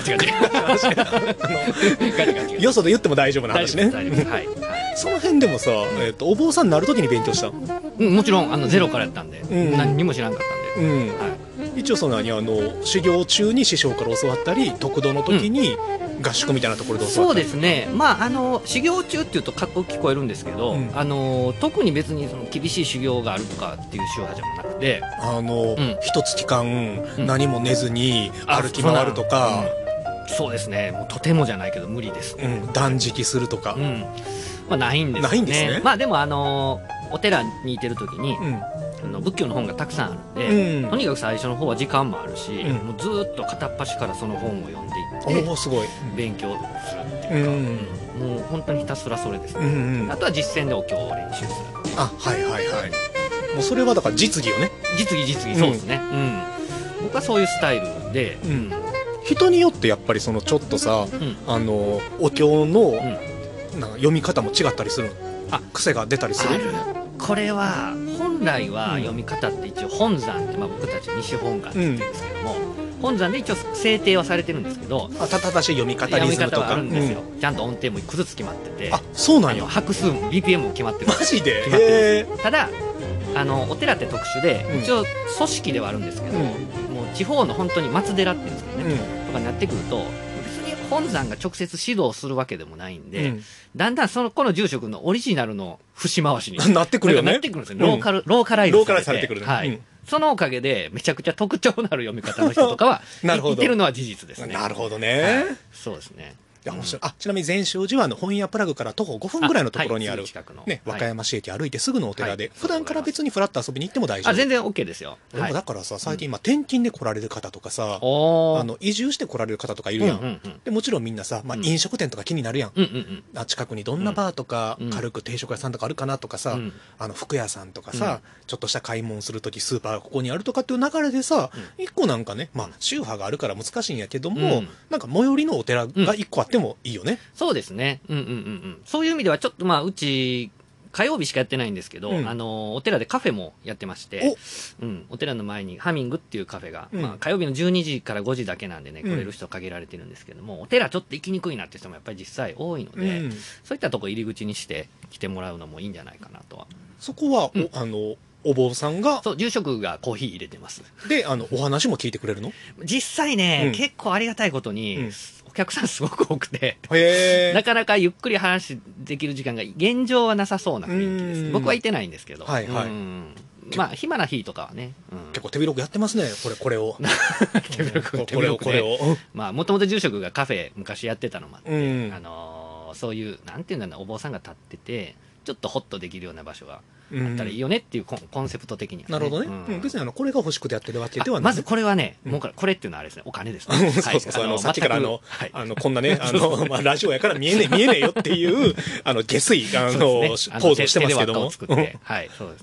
よそで言っても大丈夫な話ね。 はい。 その辺でもさ、お坊さんになるときに勉強した。 もちろんゼロからやったんで、何にも知らんかったんで。 一応その修行中に師匠から教わったり、得度の時に合宿みたいなところで教わったり。 そうですね。まあ修行中っていうとかっこよく聞こえるんですけど、特に別にその厳しい修行があるとかっていう宗派じゃなくて、 一月間何も寝ずに歩き回るとか。 そうですね。もうとてもじゃないけど無理です。 断食するとか。 まあないんですね。 ないんですね。 まあでもお寺にいてる時に、仏教の本がたくさんあるんで、とにかく最初の方は時間もあるし、もうずっと片っ端からその本を読んでいって、 すごい勉強するっていうか、もう本当にひたすらそれですね。あとは実践でお経を練習する。 はいはいはい。もうそれはだから実技よね。 実技そうですね。僕はそういうスタイルで、 人によってやっぱりそのちょっとさ、お経の読み方も違ったりする。癖が出たりする。 これは本来は読み方って一応本山って、僕たち西本願って言うんですけども、本山で一応制定はされてるんですけど、 正しい読み方リズムとかあるんですよ。ちゃんと音程もいくつ決まってて、 そうなんや。 拍数も BPM も決まってる。 マジで。 ただお寺って特殊で、一応組織ではあるんですけど、もう地方の本当に松寺っていうんですけどね、とかになってくると、本山が直接指導するわけでもないんで、だんだんこの住職のオリジナルの節回しになってくるよね。 なってくるんですよ。ローカライズされてくるね。 はい。そのおかげでめちゃくちゃ特徴のある読み方の人とかは言ってるのは事実ですね。 なるほどね。 そうですね。 ちなみに善勝寺は本屋プラグから徒歩5分ぐらいのところにある、和歌山市駅歩いてすぐのお寺で、普段から別にフラッと遊びに行っても大丈夫。 全然 OK ですよ。 でもだからさ、最近転勤で来られる方とかさ、移住して来られる方とかいるやん。でもちろんみんなさ、飲食店とか気になるやん。近くにどんなバーとか軽く定食屋さんとかあるかなとかさ、服屋さんとかさ、ちょっとした買い物するときスーパーがここにあるとかっていう流れでさ、一個なんかね、宗派があるから難しいんやけども、なんか最寄りのお寺が一個あってもいいよね。 そうですね。そういう意味ではちょっとうち火曜日しかやってないんですけど、お寺でカフェもやってまして、お寺の前にハミングっていうカフェが、火曜日の12時から5時だけなんでね、来れる人限られてるんですけども、お寺ちょっと行きにくいなって人もやっぱり実際多いので、そういったとこ入り口にして来てもらうのもいいんじゃないかなとは。 そこは、お坊さんが、 住職がコーヒー入れてます。 で、お話も聞いてくれるの？ 実際ね、結構ありがたいことに、お客さんすごく多くて、なかなかゆっくり話できる時間が現状はなさそうな雰囲気です。僕はいてないんですけど。暇な日とかはね。 結構手広くやってますね、これを。 手広くこれを。もともと住職がカフェ昔やってたのもあって、そういう、なんていうんだろうな、お坊さんが立ってて、ちょっとホッとできるような場所があったらいいよねっていうコンセプト的には、 なるほどね。別にこれが欲しくてやってるわけではない。 まずこれはね、もうこれっていうのはあれですね、お金ですね。 そうさっきからこんなね、ラジオやから見えねえよっていう、下水、ポーズをしてますけども。 はい、そうです。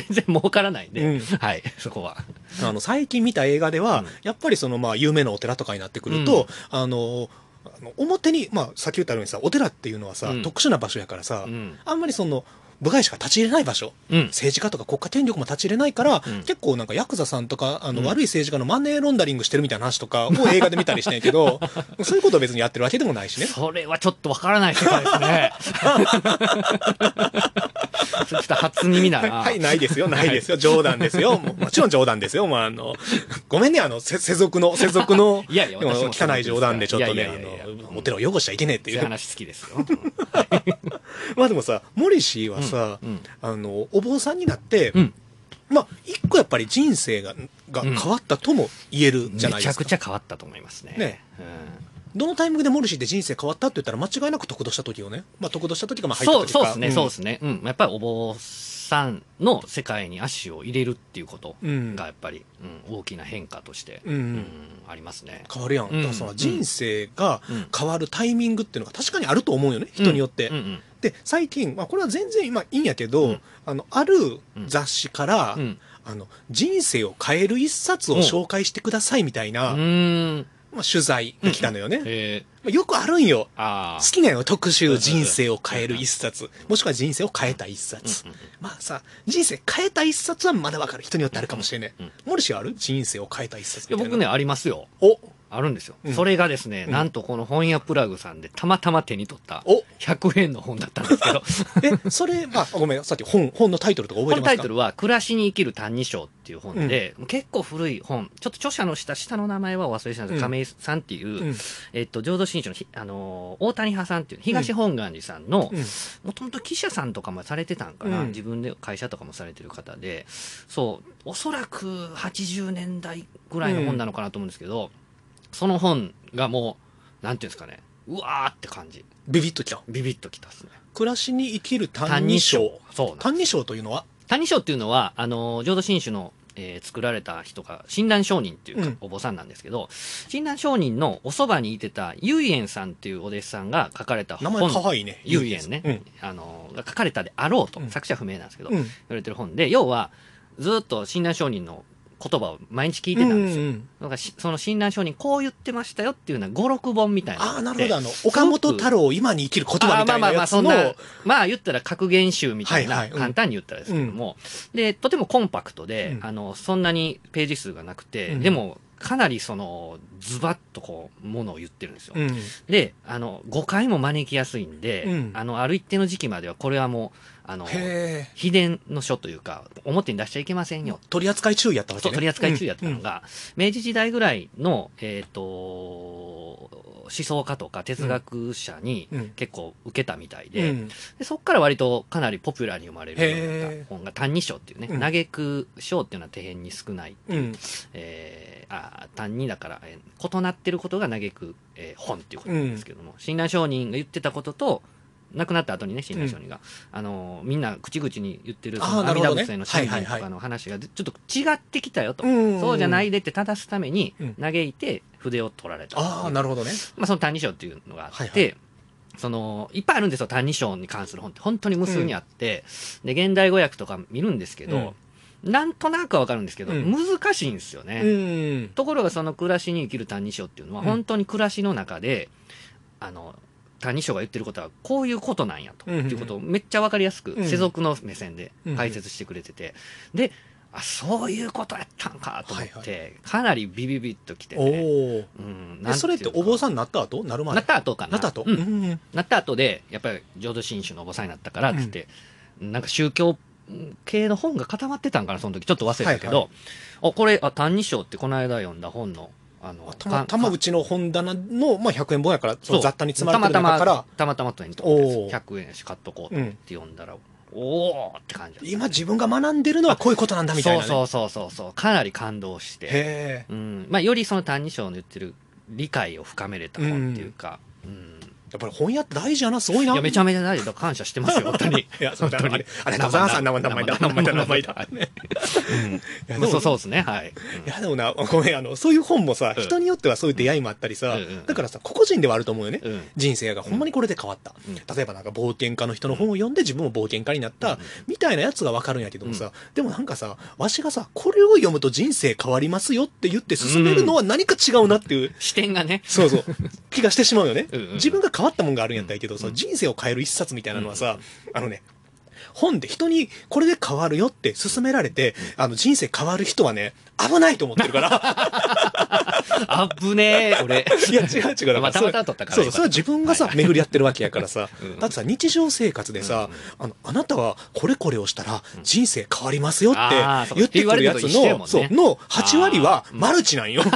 全然儲からないんで、はい、そこは。 最近見た映画では、やっぱり有名なお寺とかになってくると、 表に、まあ、さっき言ったようにさ、お寺っていうのはさ、特殊な場所やからさ、あんまり部外者が立ち入れない場所、政治家とか国家権力も立ち入れないから、結構なんかヤクザさんとか、悪い政治家のマネーロンダリングしてるみたいな話とかを映画で見たりしてんけど、そういうことを別にやってるわけでもないしね。 それはちょっとわからない世界ですね。ちょっと初耳だな。 はい、ないですよ、ないですよ。冗談ですよ。もちろん冗談ですよ。まあ、ごめんね、世俗の、 いやいや、 汚い冗談でちょっとね、お寺を汚しちゃいけねえっていう。 話好きですよ。 まあでもさ、モリシーはさ、お坊さんになって、まあ、一個やっぱり人生が変わったとも言えるじゃないですか。 めちゃくちゃ変わったと思いますね。 ね。どのタイミングでモリシーで人生変わったって言ったら間違いなく得度した時をね。まあ、得度した時がまあ入った時か。 そうですね、そうですね。やっぱりお坊さんの世界に足を入れるっていうことがやっぱり、大きな変化として、ありますね。 変わるやん。だからその人生が変わるタイミングっていうのが確かにあると思うよね、人によって。で、最近、まあ、これは全然今いいんやけど、ある雑誌から、人生を変える一冊を紹介してくださいみたいな、まあ、取材が来たのよね。よくあるんよ。好きなよ、特集、人生を変える一冊。もしくは人生を変えた一冊。まあさ、人生変えた一冊はまだわかる。人によってあるかもしれない。モリシーある人生を変えた一冊みたいな。 僕ね、ありますよ。あるんですよ。それがですね、なんとこの本屋プラグさんでたまたま手に取った100円の本だったんですけど。 それ、まあ、ごめん、さっき本のタイトルとか覚えてますか？ 本のタイトルは、暮らしに生きる歎異抄っていう本で、結構古い本、ちょっと著者の下の名前は忘れてたんですけど、亀井さんっていう、浄土真宗の大谷派さんっていう、東本願寺さんの、もともと記者さんとかもされてたんかな、自分で会社とかもされてる方で、そう、おそらく80年代ぐらいの本なのかなと思うんですけど、その本がもう、なんていうんですかね、うわーって感じ。 ビビッときた。 ビビッときたですね。 暮らしに生きる歎異抄。 そう。 歎異抄というのは？ 歎異抄っていうのは、浄土真宗の、作られた人が、親鸞上人っていうお坊さんなんですけど、親鸞上人のおそばにいてた、唯円さんっていうお弟子さんが書かれた本。 名前かわいいね。 唯円ね。が書かれたであろうと、作者不明なんですけど、言われてる本で、要は、ずっと親鸞上人の言葉を毎日聞いてたんですよ。だからその親鸞上人こう言ってましたよっていうのは5、6本みたいな。 ああ、なるほど。岡本太郎今に生きる言葉みたいなやつの。 まあ言ったら格言集みたいな、簡単に言ったらですけども。で、とてもコンパクトで、そんなにページ数がなくて、でも、かなりズバッとものを言ってるんですよ。で、誤解も招きやすいんで、ある一定の時期までは、これはもう、秘伝の書というか、表に出しちゃいけませんよ。 取り扱い注意やったわけね。 取り扱い注意やったのが、明治時代ぐらいの、思想家とか哲学者に結構受けたみたいで、でそこから割とかなりポピュラーに読まれるようになった本が歎異抄っていうね、嘆く章っていうのは底辺に少ないっていう、歎異だから、異なってることが嘆く、本っていうことなんですけども、親鸞上人が言ってたことと、亡くなった後にね、親鸞上人が、みんな口々に言ってる、阿弥陀仏への信念とかの話がちょっと違ってきたよと、そうじゃないでって正すために、嘆いて筆を取られた。 ああ、なるほどね。 まあ、その歎異抄っていうのがあって、いっぱいあるんですよ、歎異抄に関する本って。本当に無数にあって、で、現代語訳とか見るんですけど、なんとなくはわかるんですけど、難しいんですよね。ところがその暮らしに生きる歎異抄っていうのは、本当に暮らしの中で、歎異抄が言ってることはこういうことなんやと、いうことをめっちゃわかりやすく、世俗の目線で解説してくれてて、で、そういうことやったんかと思って、かなりビビビッときてね。 それってお坊さんになった後？なるまで？ なった後かな。 なった後？ なった後で、やっぱり浄土真宗のお坊さんになったからってって、なんか宗教系の本が固まってたんかな、その時。ちょっと忘れたけど、これ、歎異抄ってこの間読んだ本の、 玉内の本棚の、まあ、100円本やから、雑多に積まれてる中から。 たまたま手に取って100円し買っとこうと思って読んだら、おーって感じ。 今自分が学んでるのはこういうことなんだみたいな、ね。 そう。かなり感動して。まあ、よりその歎異抄の言ってる理解を深めれた本っていうか、 やっぱり本屋って大事やな、すごいな。 いや、めちゃめちゃ大事だ。感謝してますよ、本当に。 いや、そうだ、ありがとうございます。名前だ。 そうですね、はい。 いや、でもな、ごめん、そういう本もさ、人によってはそういう出会いもあったりさ、だからさ、個々人ではあると思うよね。人生がほんまにこれで変わった。例えばなんか冒険家の人の本を読んで自分も冒険家になった、みたいなやつがわかるんやけどもさ、でもなんかさ、わしがさ、これを読むと人生変わりますよって言って進めるのは何か違うなっていう。 視点がね。 そう。 気がしてしまうよね。 うんうんうん、 自分が変わったもんがあるんやったらいいけど、その人生を変える一冊みたいなのはさ、本で人にこれで変わるよって勧められて、人生変わる人はね、危ないと思ってるから。 危ねえ、俺。 いや、違う。 たまたま取ったから。 そう、それは自分がさ、巡り合ってるわけやからさ。だってさ、日常生活でさ、あなたはこれこれをしたら人生変わりますよって言ってくるやつの、そう、の8割はマルチなんよ。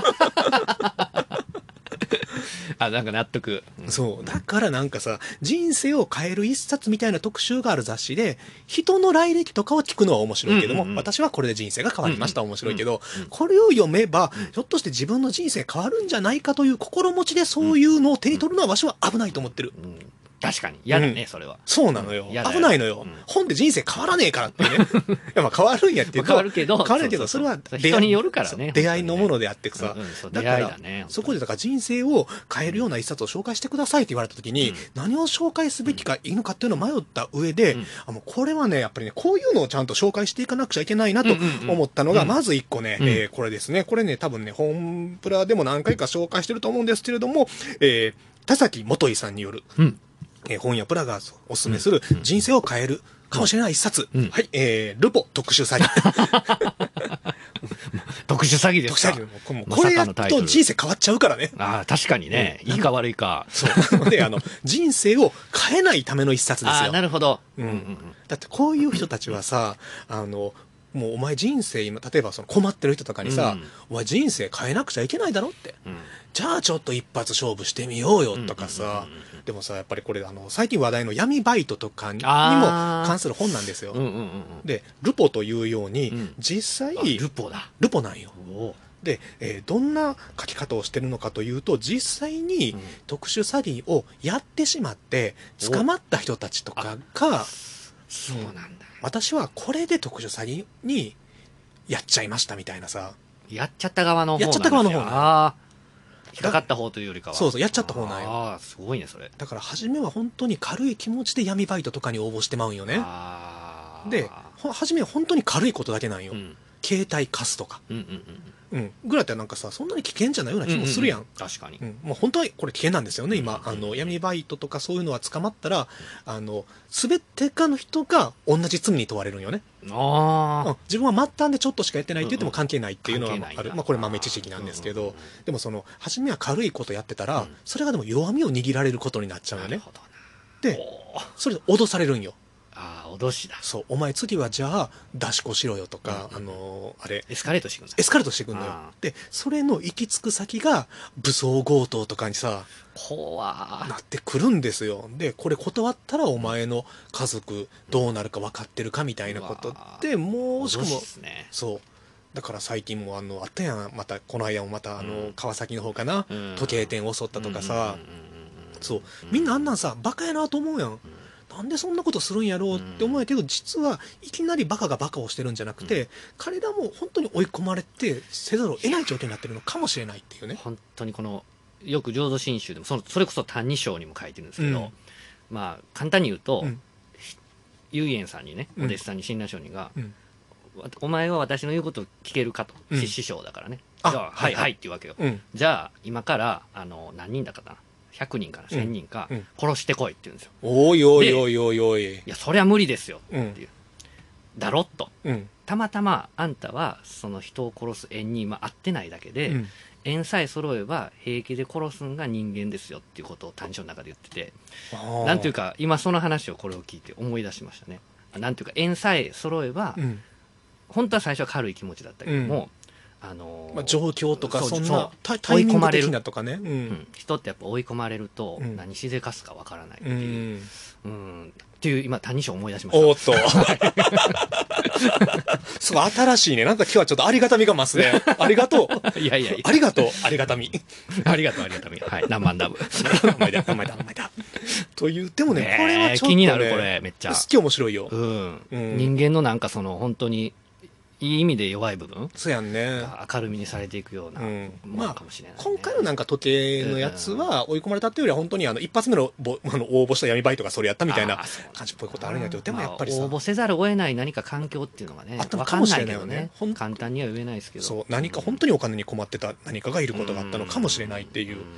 なんか納得。 そう。だからなんかさ、人生を変える一冊みたいな特集がある雑誌で、人の来歴とかを聞くのは面白いけども、私はこれで人生が変わりました、面白いけど、これを読めば、ひょっとして自分の人生変わるんじゃないかという心持ちでそういうのを手に取るのはわしは危ないと思ってる。 確かに。嫌だね、それは。 そうなのよ。危ないのよ。本で人生変わらねえからってね。いや、変わるんやって変わるけど、 それは人によるからね。 出会いのものであってさ。 だから、 そこでだから人生を変えるような一冊を紹介してくださいって言われた時に、何を紹介すべきかいいのかっていうのを迷った上で、もうこれはね、やっぱりね、こういうのをちゃんと紹介していかなくちゃいけないなと思ったのが、まず一個ね、これですね。これね、多分ね、本プラでも何回か紹介してると思うんですけれども、田崎元井さんによる、本屋プラがおすすめする人生を変えるかもしれない一冊。はい、ルポ特殊詐欺。 特殊詐欺ですか。 特殊詐欺。これやっと人生変わっちゃうからね。 確かにね。いいか悪いか。 そう。で、人生を変えないための一冊ですよ。 なるほど。 だってこういう人たちはさ、もうお前人生今、例えばその困ってる人とかにさ、お前人生変えなくちゃいけないだろって。じゃあちょっと一発勝負してみようよとかさ、でもさ、やっぱりこれ最近話題の闇バイトとかにも関する本なんですよ。で、ルポというように、実際、 ルポなんよ。で、どんな書き方をしてるのかというと、実際に特殊詐欺をやってしまって捕まった人たちとかが、 そうなんだ。 私はこれで特殊詐欺にやっちゃいましたみたいなさ。 やっちゃった側の方なんですよ。 やっちゃった側の方。 引っかかった方というよりかは。 そう、やっちゃった方なんよ。 すごいね、それ。 だから初めは本当に軽い気持ちで闇バイトとかに応募してまうんよね。で、初めは本当に軽いことだけなんよ。携帯貸すとか。ぐらいってなんかさ、そんなに危険じゃないような気もするやん。 確かに。 もう本当はこれ危険なんですよね、今。闇バイトとかそういうのは捕まったら、すべてかの人が同じ罪に問われるんよね。自分は末端でちょっとしかやってないって言っても関係ないっていうのはある。これ豆知識なんですけど、でも初めは軽いことやってたら、それがでも弱みを握られることになっちゃうよね。で、それで脅されるんよ。 脅しだ。 そう、お前次はじゃあ出し子しろよとか、あれ。 エスカレートしてくんだ。 エスカレートしてくんのよ。で、それの行き着く先が武装強盗とかにさ、なってくるんですよ。で、これ断ったらお前の家族どうなるか分かってるかみたいなことで、もうしかも、そう。だから最近もあったやん、また、この間もまた川崎の方かな、時計店襲ったとかさ、そう。みんなあんなんさ、バカやなと思うやん。なんでそんなことするんやろうって思うけど、実はいきなりバカがバカをしてるんじゃなくて、彼らも本当に追い込まれてせざるを得ない状況になってるのかもしれないっていうね。 本当によく浄土真宗でもそれこそ「歎異抄」にも書いてるんですけど、まあ簡単に言うと、唯円さんにね、お弟子さんに親鸞上人が、お前は私の言うことを聞けるかと、師匠だからね。じゃあはいはいって言うわけよ。じゃあ今から何人だかな、100人から1000人か殺してこいって言うんですよ。 おいおいおいおいおい。 いや、そりゃ無理ですよっていう。だろと。たまたまあんたはその人を殺す縁に合ってないだけで、縁さえ揃えば平気で殺すんが人間ですよっていうことを短書の中で言ってて、なんていうか今その話をこれを聞いて思い出しましたね。なんていうか縁さえ揃えば、本当は最初は軽い気持ちだったけども、 状況とかそんなタイミング的なとかね、 人ってやっぱ追い込まれると何しでかすかわからないっていう、っていう今歎異抄を思い出しました。 おっとすごい新しいね。なんか今日はちょっとありがたみが増すね。ありがとう。 いやいやありがとう。ありがたみ。 ありがとうありがたみ。はい。何万ダブ。 名前だ。と言ってもね、これはちょっと気になる。これめっちゃ好き面白いよ。 人間のなんか本当にいい意味で弱い部分、 そうやんね、 明るみにされていくようなものかもしれない、 今回のなんか時計のやつは追い込まれたっていうよりは本当に一発目の応募した闇バイトがそれやったみたいな感じっぽいことあるんやけど、でもやっぱりさ、 応募せざるを得ない何か環境っていうのがね、 あったのかもしれないよね。簡単には言えないですけど、 そう、何か本当にお金に困ってた何かがいることがあったのかもしれないっていう。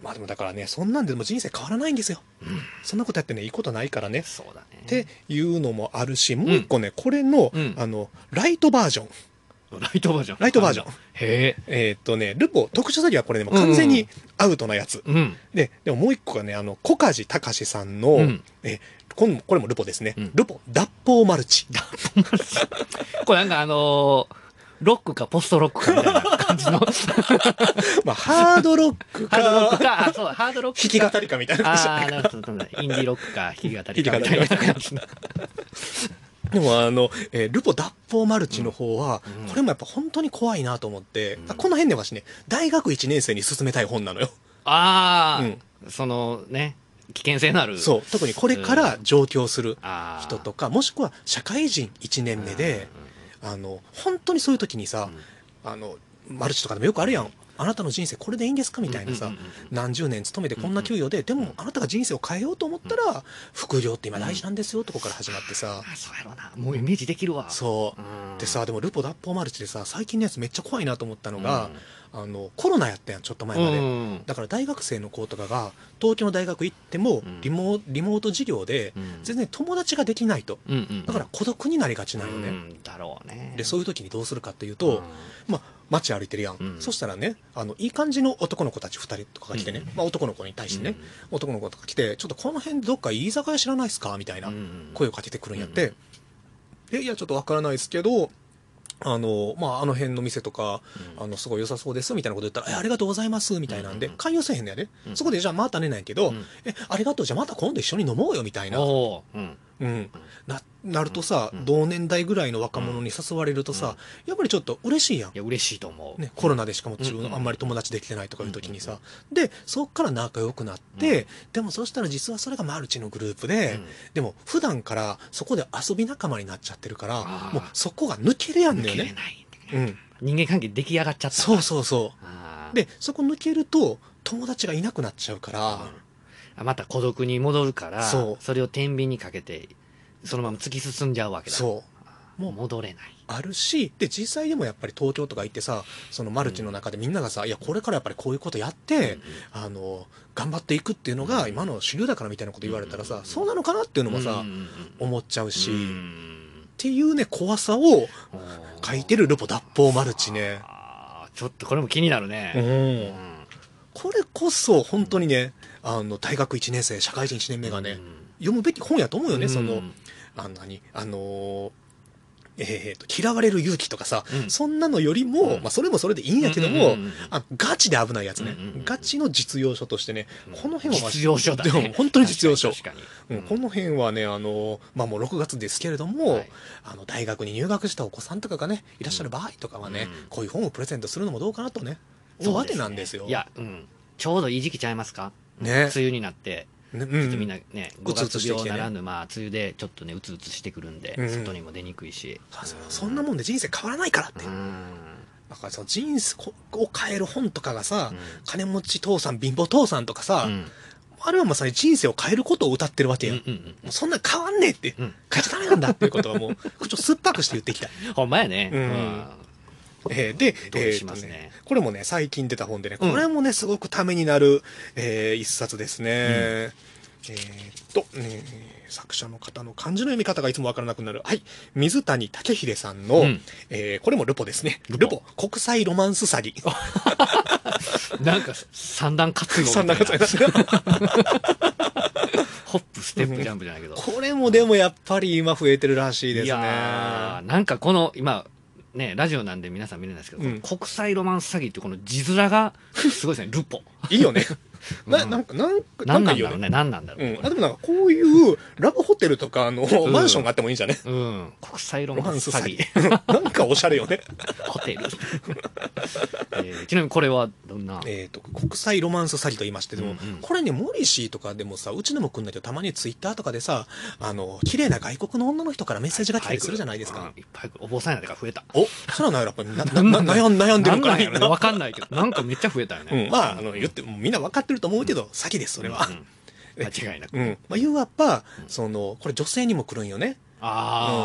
まあでもだからね、そんなんでも人生変わらないんですよ。そんなことやってね、いいことないからね。 そうだね。 っていうのもあるし、もう一個ね、これの、ライトバージョン。 ライトバージョン。 ライトバージョン。 へえ。 ルポ、特殊詐欺はこれでも完全にアウトなやつ。でももう一個がね、小梶隆さんの、これもルポですね。ルポ、脱法マルチ。 脱法マルチ。これなんかロックかポストロックかみたいな感じの。 まあ、ハードロックか。 ハードロックか、そう、ハードロックか。 弾き語りかみたいな感じ。 ああ、なるほど。インディーロックか、弾き語りかみたいな感じの。 でもルポ脱法マルチの方は、これもやっぱ本当に怖いなと思って、この辺でわしね、大学1年生に勧めたい本なのよ。 ああ、そのね、危険性のある。 そう、特にこれから上京する人とか、もしくは社会人1年目で、本当にそういう時にさ、マルチとかでもよくあるやん。あなたの人生これでいいんですかみたいなさ、何十年勤めてこんな給与で、でもあなたが人生を変えようと思ったら、副業って今大事なんですよ、とこから始まってさ。 そうやろうな。もうイメージできるわ。 そう。でさ、でもルポ脱法マルチでさ、最近のやつめっちゃ怖いなと思ったのが、コロナやったやん、ちょっと前まで。だから大学生の子とかが、東京の大学行っても、リモート授業で、全然友達ができないと。だから孤独になりがちなのね。 だろうね。 で、そういう時にどうするかっていうと、まあ、街歩いてるやん。そしたらね、いい感じの男の子たち2人とかが来てね、まあ男の子に対してね、男の子とか来て、ちょっとこの辺でどっかいい居酒屋知らないっすかみたいな声をかけてくるんやって、いや、ちょっとわからないですけど、まあ、あの辺の店とか、すごい良さそうです、みたいなこと言ったら、ありがとうございます、みたいなんで、勧誘せへんのやで。そこで、じゃあまたねないけど、ありがとう、じゃあまた今度一緒に飲もうよ、みたいな。なるとさ、同年代ぐらいの若者に誘われるとさ、やっぱりちょっと嬉しいやん。 いや、嬉しいと思う。 ね、コロナでしかも自分あんまり友達できてないとかいう時にさ。で、そっから仲良くなって、でもそしたら実はそれがマルチのグループで、でも普段からそこで遊び仲間になっちゃってるから、もうそこが抜けるやんのよね。 人間関係出来上がっちゃった。 そうそうそう。で、そこ抜けると友達がいなくなっちゃうから、 また孤独に戻るから、それを天秤にかけて、そのまま突き進んじゃうわけだ。 そう。 もう戻れない。 あるし、で、実際でもやっぱり東京とか行ってさ、そのマルチの中でみんながさ、いや、これからやっぱりこういうことやって、頑張っていくっていうのが今の主流だからみたいなこと言われたらさ、そうなのかなっていうのもさ、思っちゃうし、っていうね、怖さを書いてるルポ脱法マルチね。 ちょっとこれも気になるね。 これこそ本当にね、大学1年生、社会人1年目がね、読むべき本やと思うよね、その、嫌われる勇気とかさ、そんなのよりも、まあそれもそれでいいんやけども、ガチで危ないやつね。ガチの実用書としてね、この辺は実用書だね。 でも本当に実用書。 確かにこの辺はね、まあもう6月ですけれども、大学に入学したお子さんとかがね、いらっしゃる場合とかはね、こういう本をプレゼントするのもどうかなとね、思うわけなんですよ。 いや、ちょうどいい時期ちゃいますかね。梅雨になって。ちょっとみんなね、5月病ならぬ、まあ、梅雨でちょっとね、うつうつしてくるんで、外にも出にくいし。 そんなもんで人生変わらないからって。だからさ、人生を変える本とかがさ、金持ち父さん、貧乏父さんとかさ、あれはまさに人生を変えることを歌ってるわけや。そんな変わんねえって、変えちゃダメなんだっていうことはもう、ちょっと酸っぱくして言ってきた。 ほんまやね。 で、これもね、最近出た本でね、これもね、すごくためになる、一冊ですね。作者の方の漢字の読み方がいつもわからなくなる。はい。水谷武秀さんの、これもルポですね。ルポ。国際ロマンス詐欺。 なんか、三段活用。 三段活用。 ホップ、ステップ、ジャンプじゃないけど。 これもでもやっぱり今増えてるらしいですね。いやなんかこの、今、ね、ラジオなんで皆さん見れないですけど、国際ロマンス詐欺ってこの字面がすごいですね、ルポ。 いいよね。なんかなんだろうね。何なんだろう。 でもなんかこういうラブホテルとかマンションがあってもいいんじゃね。 国際ロマンス詐欺。 なんかおしゃれよね。 ホテル。ちなみにこれはどんな国際ロマンス詐欺と言いまして、でも、これね、モリシーとかでもさ、うちでも来んだけど、たまにツイッターとかでさ、綺麗な外国の女の人からメッセージが来たりするじゃないですか。 いっぱいお坊さんやでから増えた。 それはやっぱり悩んでるからみんな。 わかんないけど、なんかめっちゃ増えたよね。 まあ、言ってもみんなわかってると思うけど、詐欺です、それは。 間違いなく。 まあ、いわば、これ女性にも来るんよね。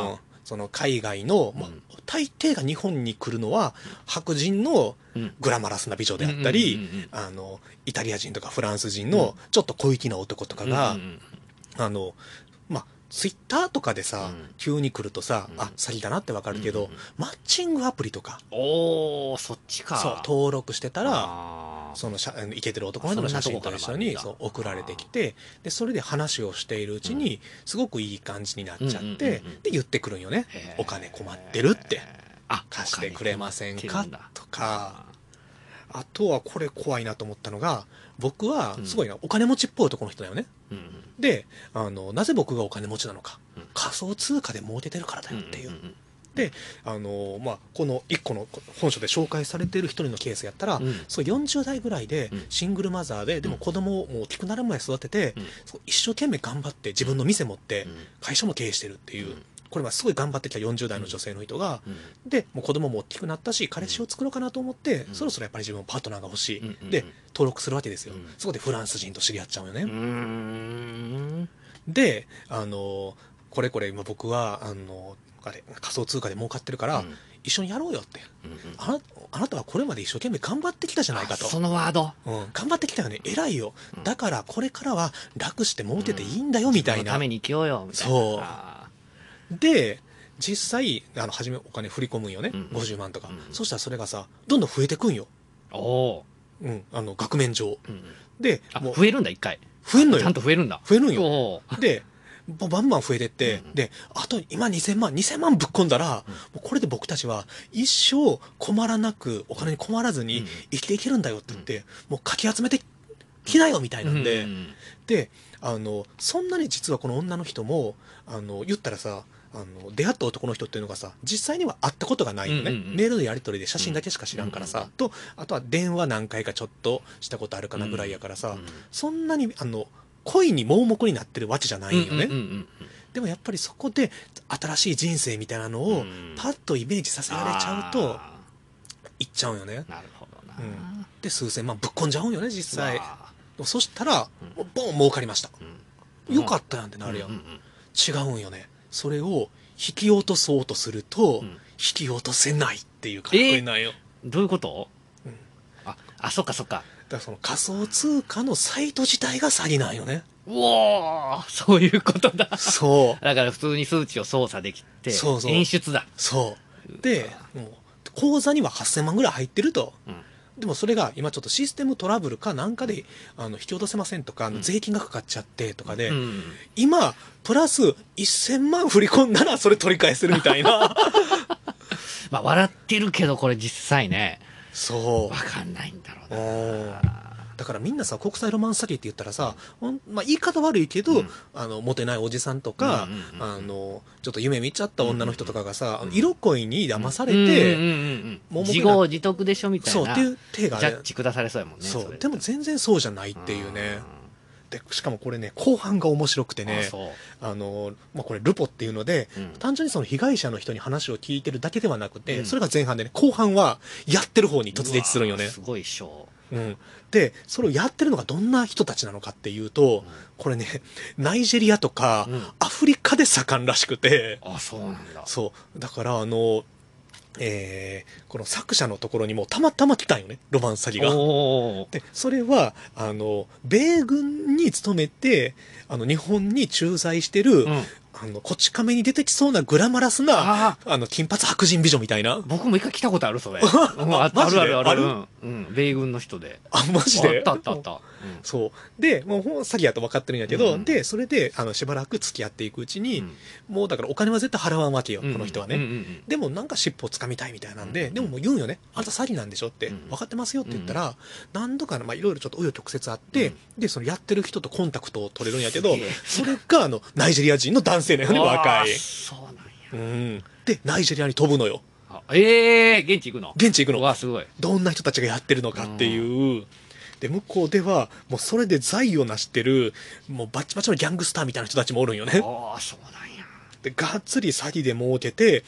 その海外の、まあ、大抵が日本に来るのは白人のグラマラスな美女であったり、イタリア人とかフランス人のちょっと小粋な男とかが、まあツイッターとかでさ、急に来るとさ、あ、詐欺だなってわかるけど、マッチングアプリとか、 そっちか。 そう、登録してたら、そのイケてる男の人の写真と一緒にそう送られてきて、でそれで話をしているうちにすごくいい感じになっちゃって、で言ってくるんよね。お金困ってるって、貸してくれませんかとか。あとはこれ怖いなと思ったのが、僕はすごいな、お金持ちっぽい男の人だよね。で、なぜ僕がお金持ちなのか、仮想通貨で儲けてるからだよっていう。で、まあ、この1個の本書で紹介されている一人のケースやったら、そう40代ぐらいでシングルマザーで、でも子供をもう大きくなる前育てて、そう一生懸命頑張って自分の店持って会社も経営してるっていう、これはすごい頑張ってきた40代の女性の人が、でもう子供も大きくなったし彼氏を作ろうかなと思って、そろそろやっぱり自分のパートナーが欲しい、で登録するわけですよ。そこでフランス人と知り合っちゃうよね。でこれ今僕は仮想通貨で儲かってるから、一緒にやろうよって、あなたはこれまで一生懸命頑張ってきたじゃないかと。 そのワード、 頑張ってきたよね、偉いよ、だからこれからは楽して儲けていいんだよみたいな、 ために生きようよみたいな。 そうで実際初めお金振り込むんよね、50万とか、そしたらそれがさどんどん増えてくんよ。額面上、でもう増えるんだ、一回増えんのよ。 ちゃんと増えるんだ。 増えるんよ。でバンバン増えてって、であと今2000万ぶっ込んだら、もうこれで僕たちは一生困らなく、お金に困らずに生きていけるんだよって言って、もうかき集めてきなよみたいなんで、でそんなに実はこの女の人も言ったらさ、出会った男の人っていうのがさ実際には会ったことがないよね、メールのやり取りで写真だけしか知らんからさ、とあとは電話何回かちょっとしたことあるかなぐらいやからさ、そんなに恋に盲目になってるわけじゃないよね。でもやっぱりそこで新しい人生みたいなのをパッとイメージさせられちゃうといっちゃうよね。 なるほどな。 で数千万ぶっ込んじゃうんよね実際。そしたらボン儲かりました、よかったやんってなるやん。違うんよね。それを引き落とそうとすると引き落とせないっていう確認なんよ。 どういうこと？そっかそっか。 だからその仮想通貨のサイト自体が詐欺なんよね。 うおー、そういうことだ。 そう。 だから普通に数値を操作できて、演出だ。 そう。で、もう口座には8000万ぐらい入ってると。でもそれが今ちょっとシステムトラブルかなんかで引き落とせませんとか、税金がかかっちゃってとかで、今プラス1000万振り込んだらそれ取り返せるみたいな。 まあ笑ってるけどこれ実際ね、 そう分かんないんだろうな。 だからみんなさ国際ロマンス詐欺って言ったらさ、まあ、言い方悪いけど、モテないおじさんとか、ちょっと夢見ちゃった女の人とかがさ、色恋に騙されて自業自得でしょみたいな、 そうっていう手が、 ジャッジ下されそうやもんね。 そうでも全然そうじゃないっていうね。でしかもこれね後半が面白くてね、まあ、これルポっていうので、単純にその被害者の人に話を聞いてるだけではなくて、それが前半でね、後半はやってる方に突撃するんよね。 すごいショー。でそれをやってるのがどんな人たちなのかっていうと、これねナイジェリアとか、アフリカで盛んらしくて。 そうなんだ。 そうだからこの作者のところにもたまたま来たんよね、ロマンス詐欺が。でそれは米軍に勤めて日本に駐在してる、こち亀に出てきそうなグラマラスな金髪白人美女みたいな。 僕も一回来たことあるそれ。ある。米軍の人で。 マジで。 あった。 そうでもう詐欺やと分かってるんやけど、でそれでしばらく付き合っていくうちに、もうだからお金は絶対払わんわけよ、この人はね。でもなんか尻尾をつかみたいみたいなんで、でももう言うんよね、あんた詐欺なんでしょって、分かってますよって言ったら、何度かいろいろちょっと紆余曲折あって、でそのやってる人とコンタクトを取れるんやけど、それがナイジェリア人の男性なよね、若い。 そうなんや。 でナイジェリアに飛ぶのよ。 現地行くの？ 現地行くの。 わすごい。 どんな人たちがやってるのかっていう。で向こうではもうそれで財を成してるもうバチバチのギャングスターみたいな人たちもおるんよね。 そうなんや。でがっつり詐欺で儲けて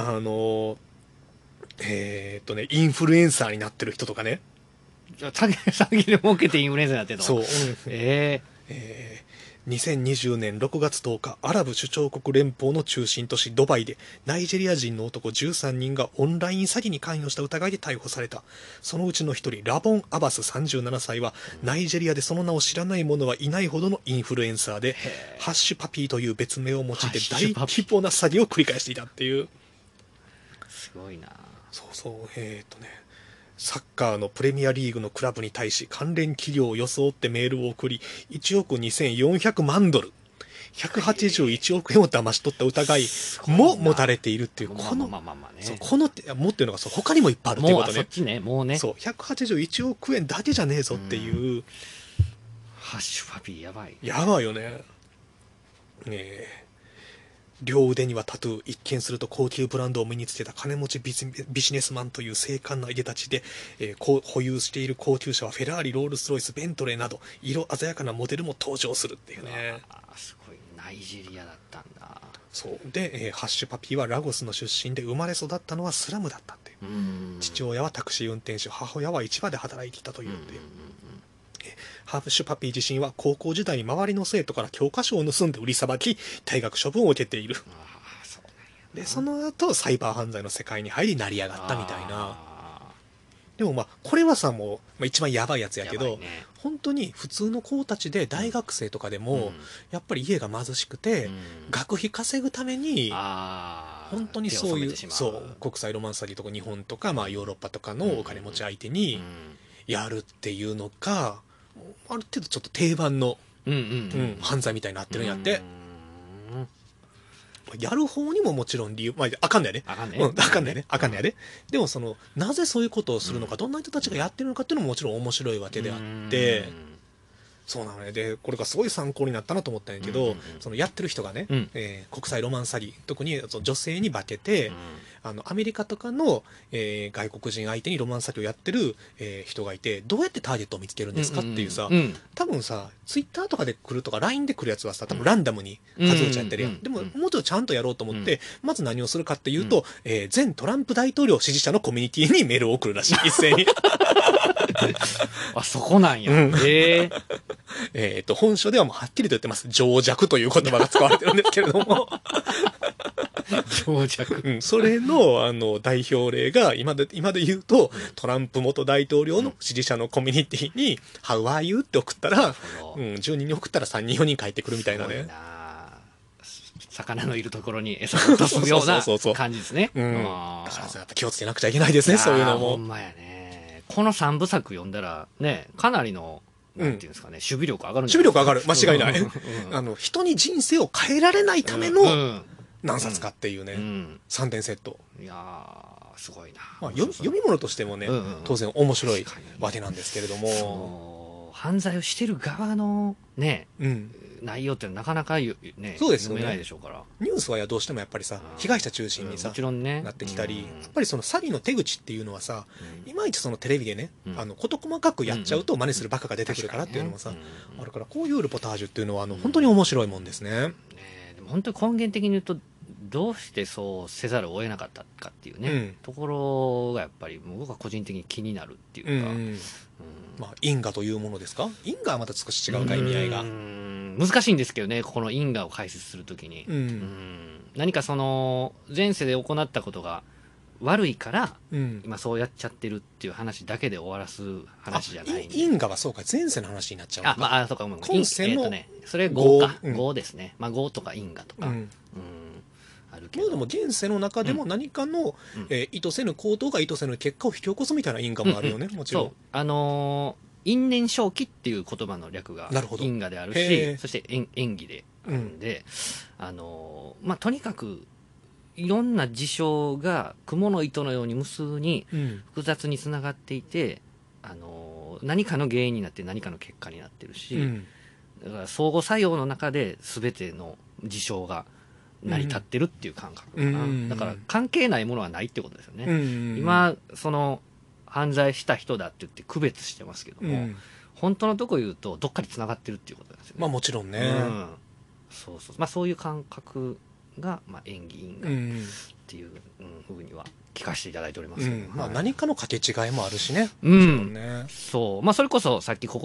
インフルエンサーになってる人とかね。 詐欺で儲けてインフルエンサーになってるの？ そう。 2020年6月10日、アラブ首長国連邦の中心都市ドバイで、ナイジェリア人の男13人がオンライン詐欺に関与した疑いで逮捕された。そのうちの一人、ラボン・アバス37歳は、ナイジェリアでその名を知らない者はいないほどのインフルエンサーで、ハッシュパピーという別名を用いて大規模な詐欺を繰り返していたっていう。 すごいな。 そうそう、サッカーのプレミアリーグのクラブに対し関連企業を装ってメールを送り1億2400万ドル181億円を騙し取った疑いも持たれているっていう、このもっていうのが他にもいっぱいあるっていうことね。 そっちね、もうね、 そう181億円だけじゃねえぞっていう、 ハッシュパピーやばいよね。両腕にはタトゥー、一見すると高級ブランドを身につけた金持ちビジネスマンという精悍ないでたちで、保有している高級車はフェラーリ、ロールスロイス、ベントレーなど色鮮やかなモデルも登場するっていうね。 すごい、ナイジェリアだったんだ。 そうで、ハッシュパピーはラゴスの出身で生まれ育ったのはスラムだったっていう。父親はタクシー運転手、母親は市場で働いていたというので、ハッシュパピー自身は高校時代に周りの生徒から教科書を盗んで売りさばき退学処分を受けている。でその後サイバー犯罪の世界に入り成り上がったみたいな。でもこれはさ、もう、一番やばいやつやけど、本当に普通の子たちで大学生とかでも、やっぱり家が貧しくて、学費稼ぐために本当にそういう国際ロマンス詐欺とか日本とか、ヨーロッパとかのお金持ち相手にやるっていうのがある程度ちょっと定番の犯罪みたいになってるんやって。やる方にももちろん理由、あかんだよね。あかんねやで。でもなぜそういうことをするのか、どんな人たちがやってるのかっていうのももちろん面白いわけであって、そうなのね。でこれがすごい参考になったなと思ったんやけど、やってる人がね、国際ロマンス詐欺、特に女性に化けて、アメリカとかの、外国人相手にロマンス詐欺をやってる、人がいて、どうやってターゲットを見つけるんですかっていうさ、多分さツイッターとかで来るとか LINE で来るやつはさ、多分ランダムに数打ちやってるやん。でももうちょっとちゃんとやろうと思って、まず何をするかっていうと、前トランプ大統領支持者のコミュニティにメールを送るらしい、一斉に。 あ、そこなんや。 本書ではもうはっきりと言ってます。情弱という言葉が使われてるんですけれども。 情弱。 それの、代表例が今で言うと、トランプ元大統領の支持者のコミュニティに、How are you? って送ったら、10人に送ったら3人4人帰ってくるみたいなね。 魚のいるところに餌を出すような感じですね。だからさ、やっぱ気をつけなくちゃいけないですね、そういうのも。 ほんまやね。この3部作読んだら、ね、かなりの、なんていうんですかね、守備力上がるんじゃないですか。 守備力上がる。間違いない。人に人生を変えられないための何冊かっていうね、3点セット。 いやー、すごいな。 読み物としてもね、当然面白いわけなんですけれども。 犯罪をしてる側のね、内容ってなかなかね、読めないでしょうから。 ニュースはどうしてもやっぱりさ、被害者中心にさ、なってきたり、やっぱりその詐欺の手口っていうのはさ、いまいちそのテレビでね、事細かくやっちゃうと真似するバカが出てくるからっていうのもさ、あるから、こういうルポタージュっていうのは本当に面白いもんですね。 でも本当に根源的に言うと、どうしてそうせざるを得なかったかっていうね、ところがやっぱり僕は個人的に気になるっていうか、 因果というものですか。因果はまた少し違うか、意味合いが難しいんですけどね、この因果を解説するときに、何かその前世で行ったことが悪いから、今そうやっちゃってるっていう話だけで終わらす話じゃないんで。 因果はそうか、前世の話になっちゃうのか。 そうか、 今世のそれ業か、業ですね。業とか因果とか、あるけど。 でも現世の中でも何かの意図せぬ行動が意図せぬ結果を引き起こすみたいな因果もあるよね、もちろん。 そう、因縁正気っていう言葉の略が因果であるし、そして縁起であるんで、とにかくいろんな事象が蜘蛛の糸のように無数に複雑につながっていて、何かの原因になって何かの結果になってるし、だから相互作用の中で全ての事象が成り立ってるっていう感覚かな。だから関係ないものはないってことですよね。今その犯罪した人だって言って区別してますけども、本当のとこ言うとどっかに繋がってるっていうことなんですよね。 もちろんね。 そういう感覚が縁起因果っていうふうには聞かせていただいておりますけど、 何かの掛け違いもあるしね。 それこそさっきここの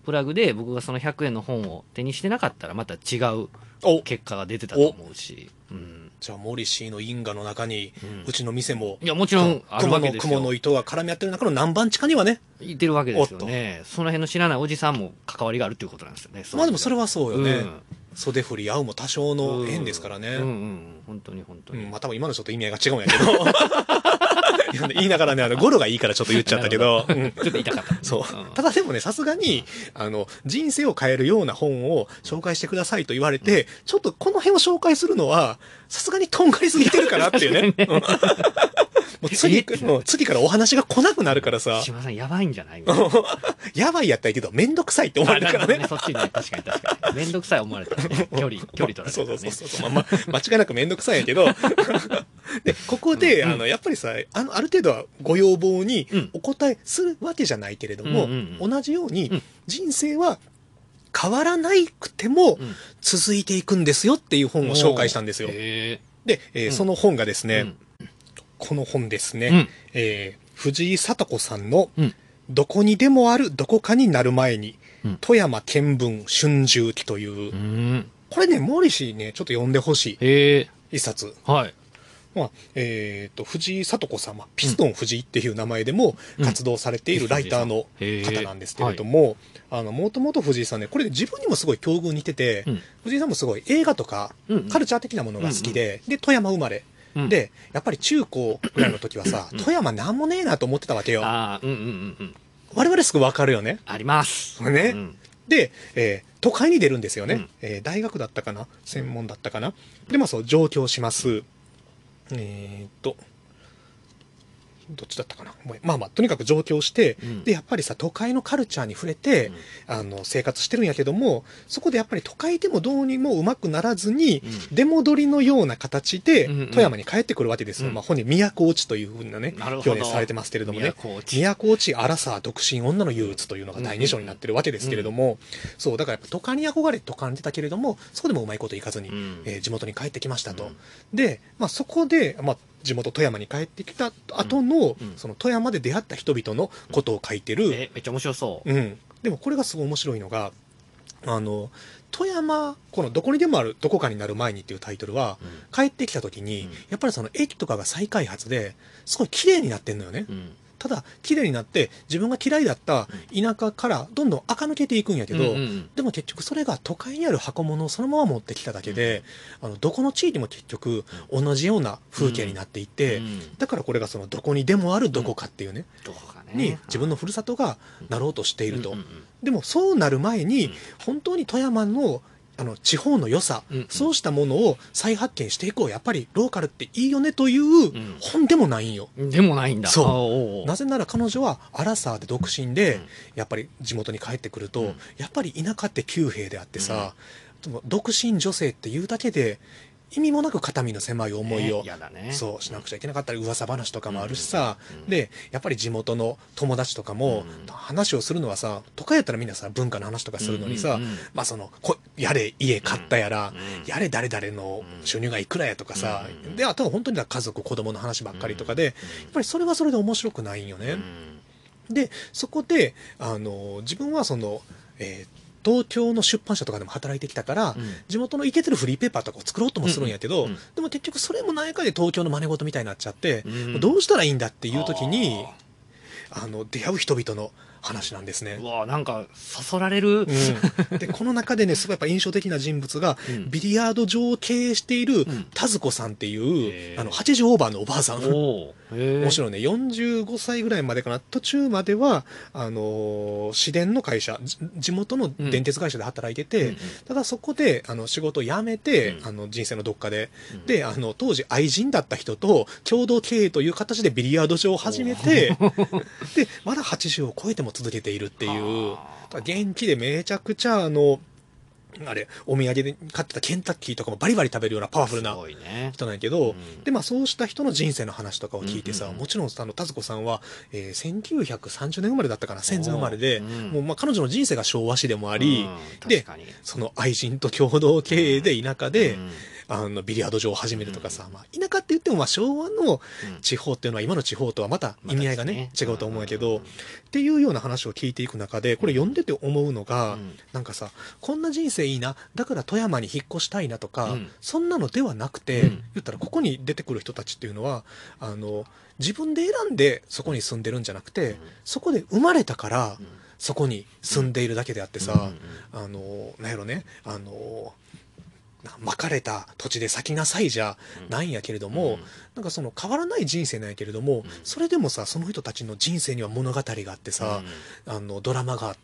プラグで僕がその100円の本を手にしてなかったらまた違う結果が出てたと思うし、うん、 じゃあモリシーの因果の中に、うちの店もいやもちろんあるわけですよ。 雲の糸が絡み合ってる中の何番地下にはねいてるわけですよね。その辺の知らないおじさんも関わりがあるっていうことなんですよね。 まあでもそれはそうよね、袖振り合うも多少の縁ですからね。 本当に本当に。 まあ多分今のちょっと意味合いが違うんやけど言いながらね、語呂がいいからちょっと言っちゃったけど。 ちょっと言いたかった。 そう。ただでもね、さすがに、人生を変えるような本を紹介してくださいと言われて、ちょっとこの辺を紹介するのは、さすがにとんがりすぎてるかなっていうね。もう次からお話が来なくなるからさ。 島さんやばいんじゃないやばいやったらいいけど、めんどくさいって思われるからね。 そっちね、確かに。めんどくさい思われたらね。距離取られるからね。 そう。まあ、間違いなくめんどくさいんやけど。で、ここで、やっぱりさ、ある程度はご要望にお答えするわけじゃないけれども、同じように、人生は変わらなくても続いていくんですよっていう本を紹介したんですよ。で、その本がですね、この本ですね、藤井聡子さんの、どこにでもあるどこかになる前に、富山見聞春秋記という、これね、モーリシーね、ちょっと読んでほしい一冊。 はい。 まあ、藤井聡子様、ピストン藤井っていう名前でも活動されているライターの方なんですけれども、もともと藤井さんね、これ自分にもすごい境遇似てて、藤井さんもすごい映画とかカルチャー的なものが好きで、で、富山生まれ。で、やっぱり中高ぐらいの時はさ、富山なんもねえなと思ってたわけよ。我々すぐわかるよね。 あります。 ね。で、都会に出るんですよね。大学だったかな、専門だったかな。で、まあそう、上京します。どっちだったかな。まあ、とにかく上京して、で、やっぱりさ、都会のカルチャーに触れて、生活してるんやけども、そこでやっぱり都会でもどうにもうまくならずに、出戻りのような形で、富山に帰ってくるわけですよ。まあ、本人、都落ちというふうなね、表現されてますけれどもね。都落ち、アラサー、独身、女の憂鬱というのが第2章になってるわけですけれども、そう、だからやっぱ都会に憧れて都会に出たけれども、そこでもうまいこといかずに、地元に帰ってきましたと。で、まあ、そこで、まあ、地元富山に帰ってきた後の、その富山で出会った人々のことを書いてる。 めっちゃ面白そう。 でもこれがすごい面白いのが、富山、このどこにでもあるどこかになる前にっていうタイトルは、帰ってきた時に、やっぱりその駅とかが再開発ですごい綺麗になってんのよね。ただ綺麗になって自分が嫌いだった田舎からどんどん垢抜けていくんやけど、でも結局それが都会にある箱物をそのまま持ってきただけで、どこの地域も結局同じような風景になっていって、だからこれがそのどこにでもあるどこかっていうね、に自分のふるさとがなろうとしていると。でもそうなる前に本当に富山の地方の良さ、そうしたものを再発見していこう。やっぱりローカルっていいよねという本でもないんよ。 でもないんだ。 そう。なぜなら彼女はアラサーで独身で、やっぱり地元に帰ってくると、やっぱり田舎って旧兵であってさ、独身女性っていうだけで、意味もなく肩身の狭い思いを、そうしなくちゃいけなかったり噂話とかもあるしさ、でやっぱり地元の友達とかも話をするのはさ、都会やったらみんなさ文化の話とかするのにさ、まあそのやれ家買ったやら、やれ誰々の収入がいくらやとかさ、であとは本当に家族子供の話ばっかりとかで、やっぱりそれはそれで面白くないんよね。でそこで自分はその東京の出版社とかでも働いてきたから、地元のイケてるフリーペーパーとかを作ろうともするんやけど、でも結局それも何かで東京の真似事みたいになっちゃって、どうしたらいいんだっていう時に出会う人々の話なんですね。 うわなんかそそられる、 でこの中でねすごいやっぱ印象的な人物が、ビリヤード場を経営している田鶴子さんっていう、80オーバーのおばあさん。面白いね。45歳ぐらいまでかな、途中までは市電の会社、地元の電鉄会社で働いてて、ただそこで仕事を辞めて、人生のどっかで、で当時愛人だった人と共同経営という形でビリヤード場を始めてでまだ80を超えても続けているっていう、元気でめちゃくちゃあれお土産で買ってたケンタッキーとかもバリバリ食べるようなパワフルな人なんやけど、でまあそうした人の人生の話とかを聞いてさ、もちろん田鶴子さんは、1930年生まれだったかな、戦前生まれで、もうまあ彼女の人生が昭和史でもあり、でその愛人と共同経営で田舎で、 ビリヤード場を始めるとかさ、まあ、田舎って言ってもまあ昭和の地方っていうのは今の地方とはまた意味合いがね、違うと思うんやけど、っていうような話を聞いていく中でこれ読んでて思うのが、なんかさ、こんな人生いいな、だから富山に引っ越したいなとか、そんなのではなくて、言ったらここに出てくる人たちっていうのは自分で選んでそこに住んでるんじゃなくて、そこで生まれたからそこに住んでいるだけであってさ、なんやろね、まかれた土地で咲きなさいじゃないんやけれども、なんかその変わらない人生なんやけれども、それでもさ、その人たちの人生には物語があってさ、ドラマがあって、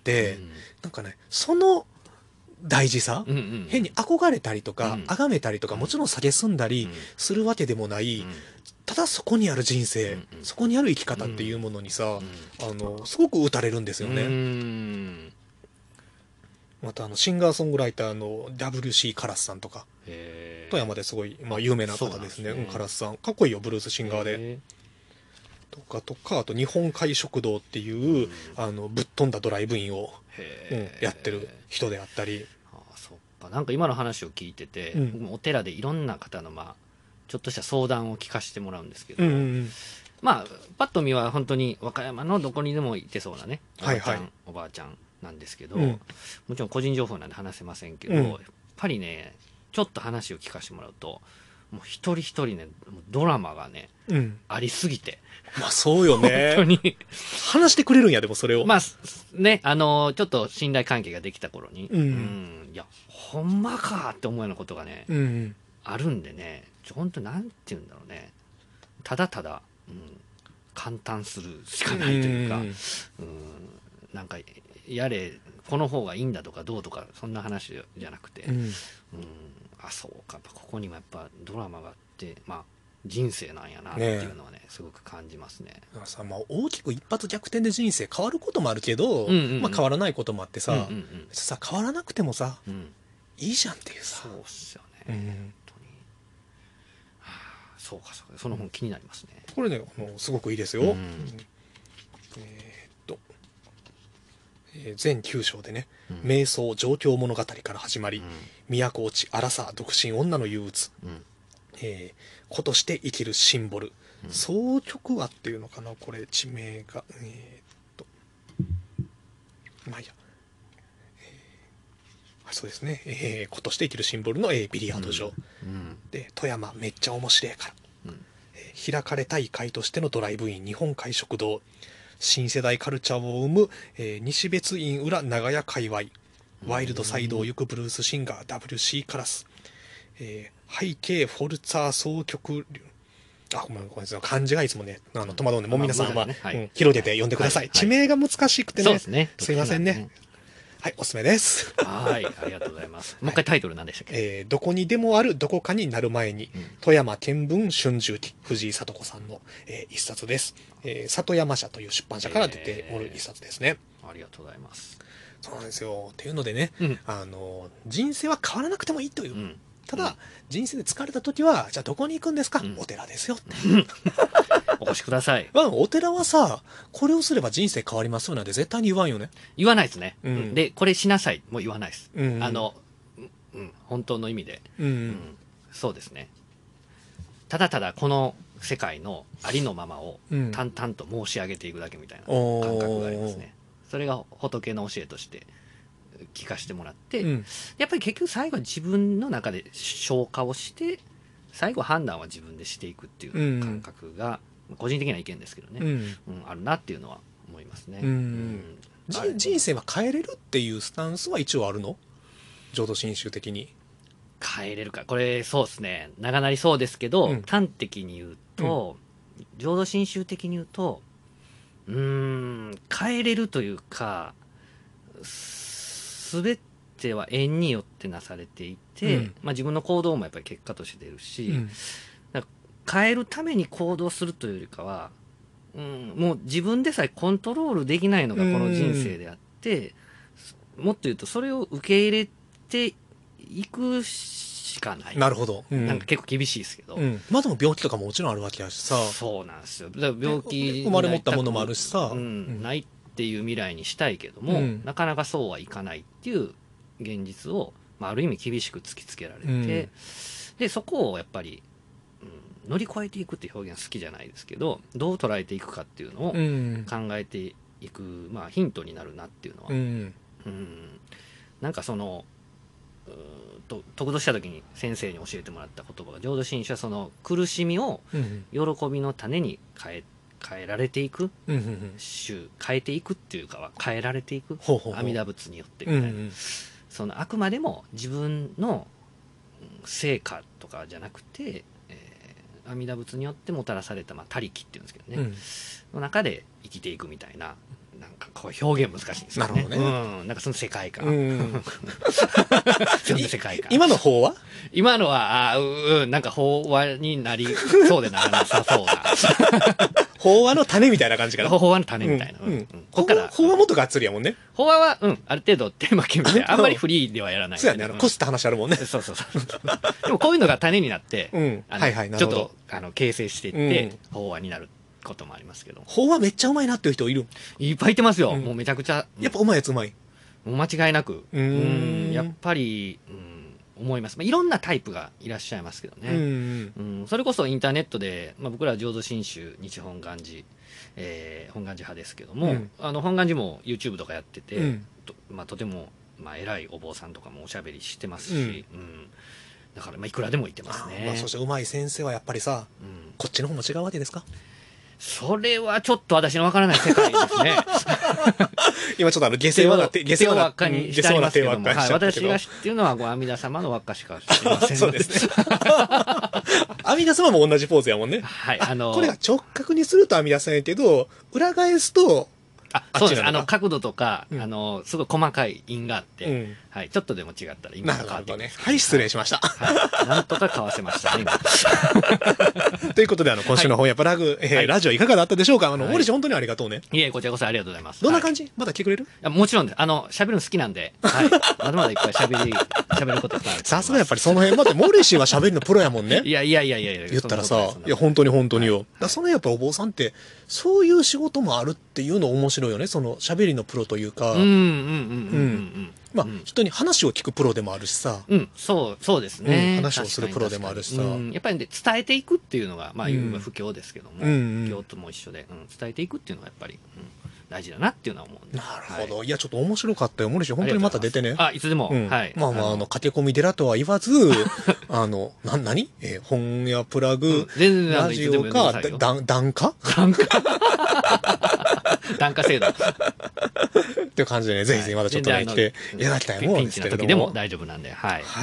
なんかね、その大事さ、変に憧れたりとか崇めたりとか、もちろん蔑んだりするわけでもない、ただそこにある人生、そこにある生き方っていうものにさ、すごく打たれるんですよね。またシンガーソングライターの WC カラスさんとか、富山ですごい、まあ、有名な方ですね。カラスさんかっこいいよ、ブルースシンガーで。とかあと日本海食堂っていうぶっ飛んだドライブインを、やってる人であったり。 そっか、なんか今の話を聞いてて、お寺でいろんな方のまあちょっとした相談を聞かせてもらうんですけど、まあパッと見は本当に和歌山のどこにでもいてそうなね、おばあちゃんなんですけど、もちろん個人情報なんで話せませんけど、やっぱりね、ちょっと話を聞かせてもらうと、もう一人一人ね、ドラマがね、ありすぎて。 まあそうよね。 本当に。 話してくれるんや、でもそれを。 まあ、ね、ちょっと信頼関係ができた頃に、いや、ほんまかって思うようなことがね、あるんでね、本当なんて言うんだろうね、ただただ、感嘆するしかないというか、なんか、やれこの方がいいんだとかどうとかそんな話じゃなくて、あ、そうか、ここにもやっぱドラマがあって、まあ人生なんやなっていうのはね、すごく感じますね。 だからさ、まあ、大きく一発逆転で人生変わることもあるけど、まあ、変わらないこともあってさ、変わらなくてもさ、いいじゃんっていうさ。 そうっすよね、本当に。そうか、そうか、その本気になりますね。 これね、すごくいいですよ。全9章でね、瞑想状況物語から始まり、都落ち、アラサー、独身、女の憂鬱、子として生きるシンボル、総局話っていうのかな、これ地名がまあいいや、そうですね、子として生きるシンボルの、ビリヤード場、で富山めっちゃ面白いから、開かれたい会としてのドライブイン日本海食堂、新世代カルチャーを生む、西別院裏長屋界隈、ワイルドサイドを行くブルースシンガー WC カラス、背景フォルツァ総曲、ごめんなさい、漢字がいつもね戸惑うんで、もう皆さんは、広げて読んでください。地名が難しくてね、すいませんね。はい、おすすめです。 はい、ありがとうございます。もう一回タイトル何でしたっけ？ どこにでもあるどこかになる前に、富山見聞春秋記、藤井聡子さんの、一冊です。里山社という出版社から出ておる一冊ですね。 ありがとうございます。 そうなんですよ。っていうのでね、人生は変わらなくてもいいという。ただ、人生で疲れた時は、じゃあどこに行くんですか？お寺ですよって。 お越しください。 お寺はさ、これをすれば人生変わりますよなんて絶対に言わんよね。 言わないですね。で、これしなさいも言わないです。本当の意味で。そうですね。ただただこの世界のありのままを淡々と申し上げていくだけみたいな感覚がありますね。それが仏の教えとして聞かせてもらって、やっぱり結局最後は自分の中で消化をして、最後判断は自分でしていくっていう感覚が、個人的な意見ですけどね、あるなっていうのは思いますね。 人生は変えれるっていうスタンスは一応あるの？浄土真宗的に。 変えれるか、これそうですね、長なりそうですけど、端的に言うと、浄土真宗的に言うと、変えれるというか、全ては縁によってなされていて、自分の行動もやっぱり結果として出るし、変えるために行動するというよりかは、もう自分でさえコントロールできないのがこの人生であって、もっと言うとそれを受け入れていくしかない。 なるほど。 なんか結構厳しいですけど、 まあでも病気とかももちろんあるわけやしさ。 そうなんですよ。だから病気生まれ持ったものもあるしさ、 ないっていう未来にしたいけども、なかなかそうはいかないっていう現実を、ある意味厳しく突きつけられて、 でそこをやっぱり、乗り越えていくっていう表現好きじゃないですけど、どう捉えていくかっていうのを考えていく、まあ、ヒントになるなっていうのは、なんかその得度した時に先生に教えてもらった言葉が、浄土真宗はその苦しみを喜びの種に変えられていく、変えていくっていうかは変えられていく、阿弥陀仏によってみたいな、そのあくまでも自分の成果とかじゃなくて、阿弥陀仏によってもたらされた、まあ、他力っていうんですけどね、の中で生きていくみたいな、なんかこう表現難しいんですよね。 なるほどね。 なんかその世界観。その世界観。 今の法話？ 今のは、なんか法話になりそうでならなさそうな。 法話の種みたいな感じかな。 法話の種みたいな。 こっから。法話もっとがっつりやもんね。 法話は、ある程度テーマ決めて、あんまりフリーではやらない。 そうやね。こすった話あるもんね。 そう。でもこういうのが種になって、ちょっと、形成していって、法話になることもありますけど。 法話めっちゃうまいなっていう人いる？ いっぱいいてますよ。もうめちゃくちゃ。 やっぱうまいやつうまい？ もう間違いなく。やっぱり、思います。いろんなタイプがいらっしゃいますけどね。それこそインターネットで、僕らは浄土真宗日本願寺、本願寺派ですけども、本願寺も YouTube とかやってて、とても、偉いお坊さんとかもおしゃべりしてますし、だからいくらでもいてますね。 そしてうまい先生はやっぱりさ、こっちの方も違うわけですか？ それはちょっと私のわからない世界ですね。 今ちょっと下世話な手輪っかにしてありますけども、私が知ってるのは阿弥陀様の輪っかしか知りません。 そうですね。阿弥陀様も同じポーズやもんね。 はい、 これが直角にすると阿弥陀さんやけど、裏返すと、 そうです。角度とか、すごい細かい因があって、はい、ちょっとでも違ったら因が変わってね。 はい、失礼しました。 なんとかかわせましたね、 今。ということで、今週の本屋プラグ、ラジオいかがだったでしょうか？森氏本当にありがとうね。 いえ、こちらこそありがとうございます。 どんな感じ？まだ来てくれる？ もちろんです。喋るの好きなんで、はい。まだまだいっぱい喋ることいっぱいある。 さすがやっぱりその辺、森氏は喋るのプロやもんね。 いや。 言ったらさ、いや、本当によ。そのやっぱお坊さんって、そういう仕事もあるっていうの面白いよね。その喋りのプロというか。人に話を聞くプロでもあるしさ。 そうですね。 話をするプロでもあるしさ。やっぱり伝えていくっていうのが、今不況ですけども、不況とも一緒で、伝えていくっていうのがやっぱり、大事だなっていうのは思う。 なるほど。いや、ちょっと面白かったよ。森氏、本当にまた出てね。 いつでも。はい。 駆け込み寺とは言わず、何本屋プラグ、ラジオか、檀家檀家制度。 っていう感じでね、ぜひまだちょっとね、来ていただきたいものですけれども。 ピンチな時でも大丈夫なんで、はい。 はい。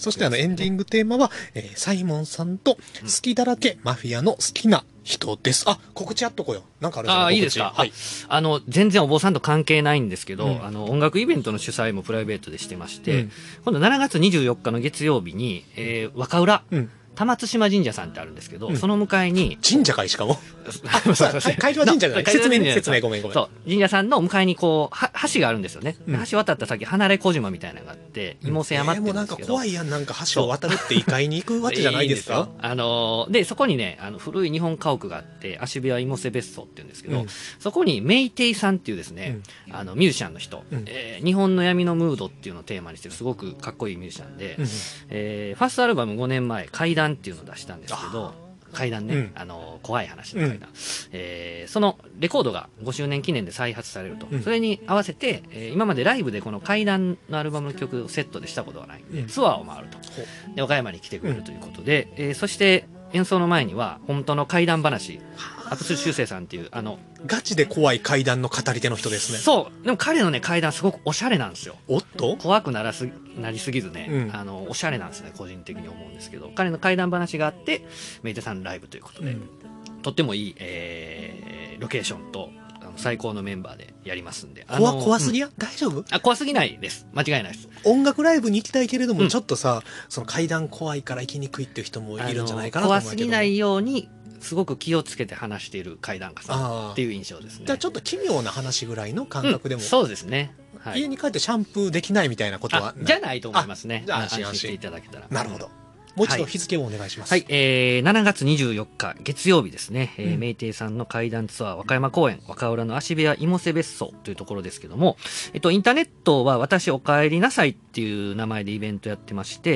そしてエンディングテーマは、サイモンさんと好きだらけマフィアの好きな人です。告知あっとこよ。なんかあるんですか？ いいですか？ はい。 全然お坊さんと関係ないんですけど、音楽イベントの主催もプライベートでしてまして、今度7月24日の月曜日に、若浦、玉津島神社さんってあるんですけど、その向かいに。 神社かいしかも。会場は神社じゃない。説明ごめん。 そう。神社さんの向かいに橋があるんですよね。橋渡った先、離れ小島みたいなのがあって、芋瀬山って言うんですけど。 もうなんか怖いやん。なんか橋を渡るって異界に行くわけじゃないですか？ で、そこにね、古い日本家屋があって、芦部は芋瀬別荘って言うんですけど、そこにメイテイさんっていうですね、ミュージシャンの人、日本の闇のムードっていうのをテーマにしてるすごくかっこいいミュージシャンで、ファーストアルバム5年前、怪談っていうのを出したんですけど、怪談ね、怖い話の怪談、そのレコードが5周年記念で再発されると、それに合わせて、今までライブでこの怪談のアルバムの曲をセットでしたことがないんで、ツアーを回ると、で岡山に来てくれるということで、そして演奏の前には本当の怪談話、アプス修正さんっていうガチで怖い怪談の語り手の人ですね。 そうでも彼のね怪談すごくおしゃれなんですよ。 おっと怖くなりすぎずね、おしゃれなんですね、個人的に思うんですけど、彼の怪談話があってメイテさんライブということで、とってもいい、ロケーションと最高のメンバーでやりますんで。 怖すぎや、大丈夫？ 怖すぎないです。間違いないです。 音楽ライブに行きたいけれども、ちょっとさ、その怪談怖いから行きにくいっていう人もいるんじゃないかなと思うけど。 怖すぎないようにすごく気をつけて話している怪談家さんっていう印象ですね。 じゃあちょっと奇妙な話ぐらいの感覚でも、 そうですね、 家に帰ってシャンプーできないみたいなことはじゃないと思いますね。 じゃあ安心していただけたら。 なるほど。 もう一度日付をお願いします。 はい、7月24日月曜日ですね、メイテイさんの怪談ツアー和歌山公演若浦の足部屋妹瀬別荘というところですけども、インターネットは私お帰りなさいっていう名前でイベントやってまして、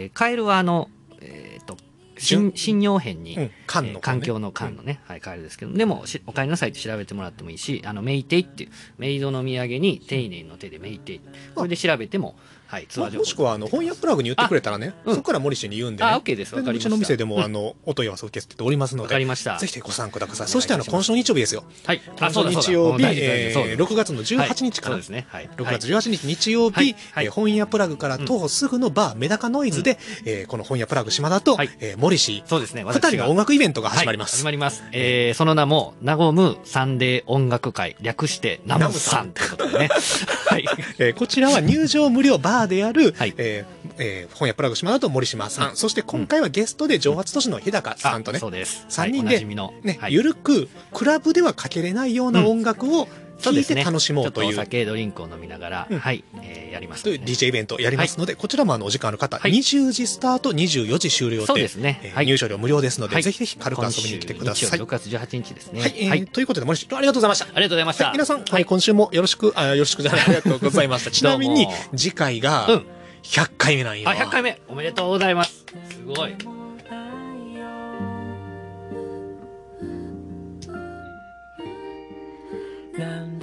カエルは新尿編に、環境の環のね、はい、カエルですけど、でもお帰りなさいって調べてもらってもいいし、メイテイっていうメイドの土産に丁寧の手でメイテイ、これで調べても、はい、ツアー情報もしくは本屋プラグに言ってくれたらね、そこから森氏に言うんでね、 OK です、わかりました。 うちの店でもお問い合わせを受け付けておりますので、 わかりました。 ぜひご参加ください。そして今週の日曜日ですよ。 はい、 今週の日曜日、6月の18日から、 そうですね、はい、 6月18日日曜日、本屋プラグから徒歩すぐのバーメダカノイズで、この本屋プラグ島田と森氏、 そうですね、 2人の音楽イベントが始まります。 始まります。その名も和むサンデー音楽会、略してナムさんということでね。はい。 こちらは入場無料バーである、本屋プラグ島田と森島さん、そして今回はゲストで上発都市の日高さんとね、3人でね、ゆるくクラブではかけれないような音楽を聞いて楽しもうという、 お酒ドリンクを飲みながら、やりますという DJ イベントやりますので、こちらもお時間ある方、20時スタート24時終了で、 そうですね、 入場料無料ですので、ぜひぜひ軽く遊びに来てください。 6月18日ですね。 はい、ということで森氏ありがとうございました。 ありがとうございました。 皆さん、今週もよろしくじゃない、ありがとうございました。ちなみに次回が100回目なんよ。 100回目おめでとうございます。すごい。 なん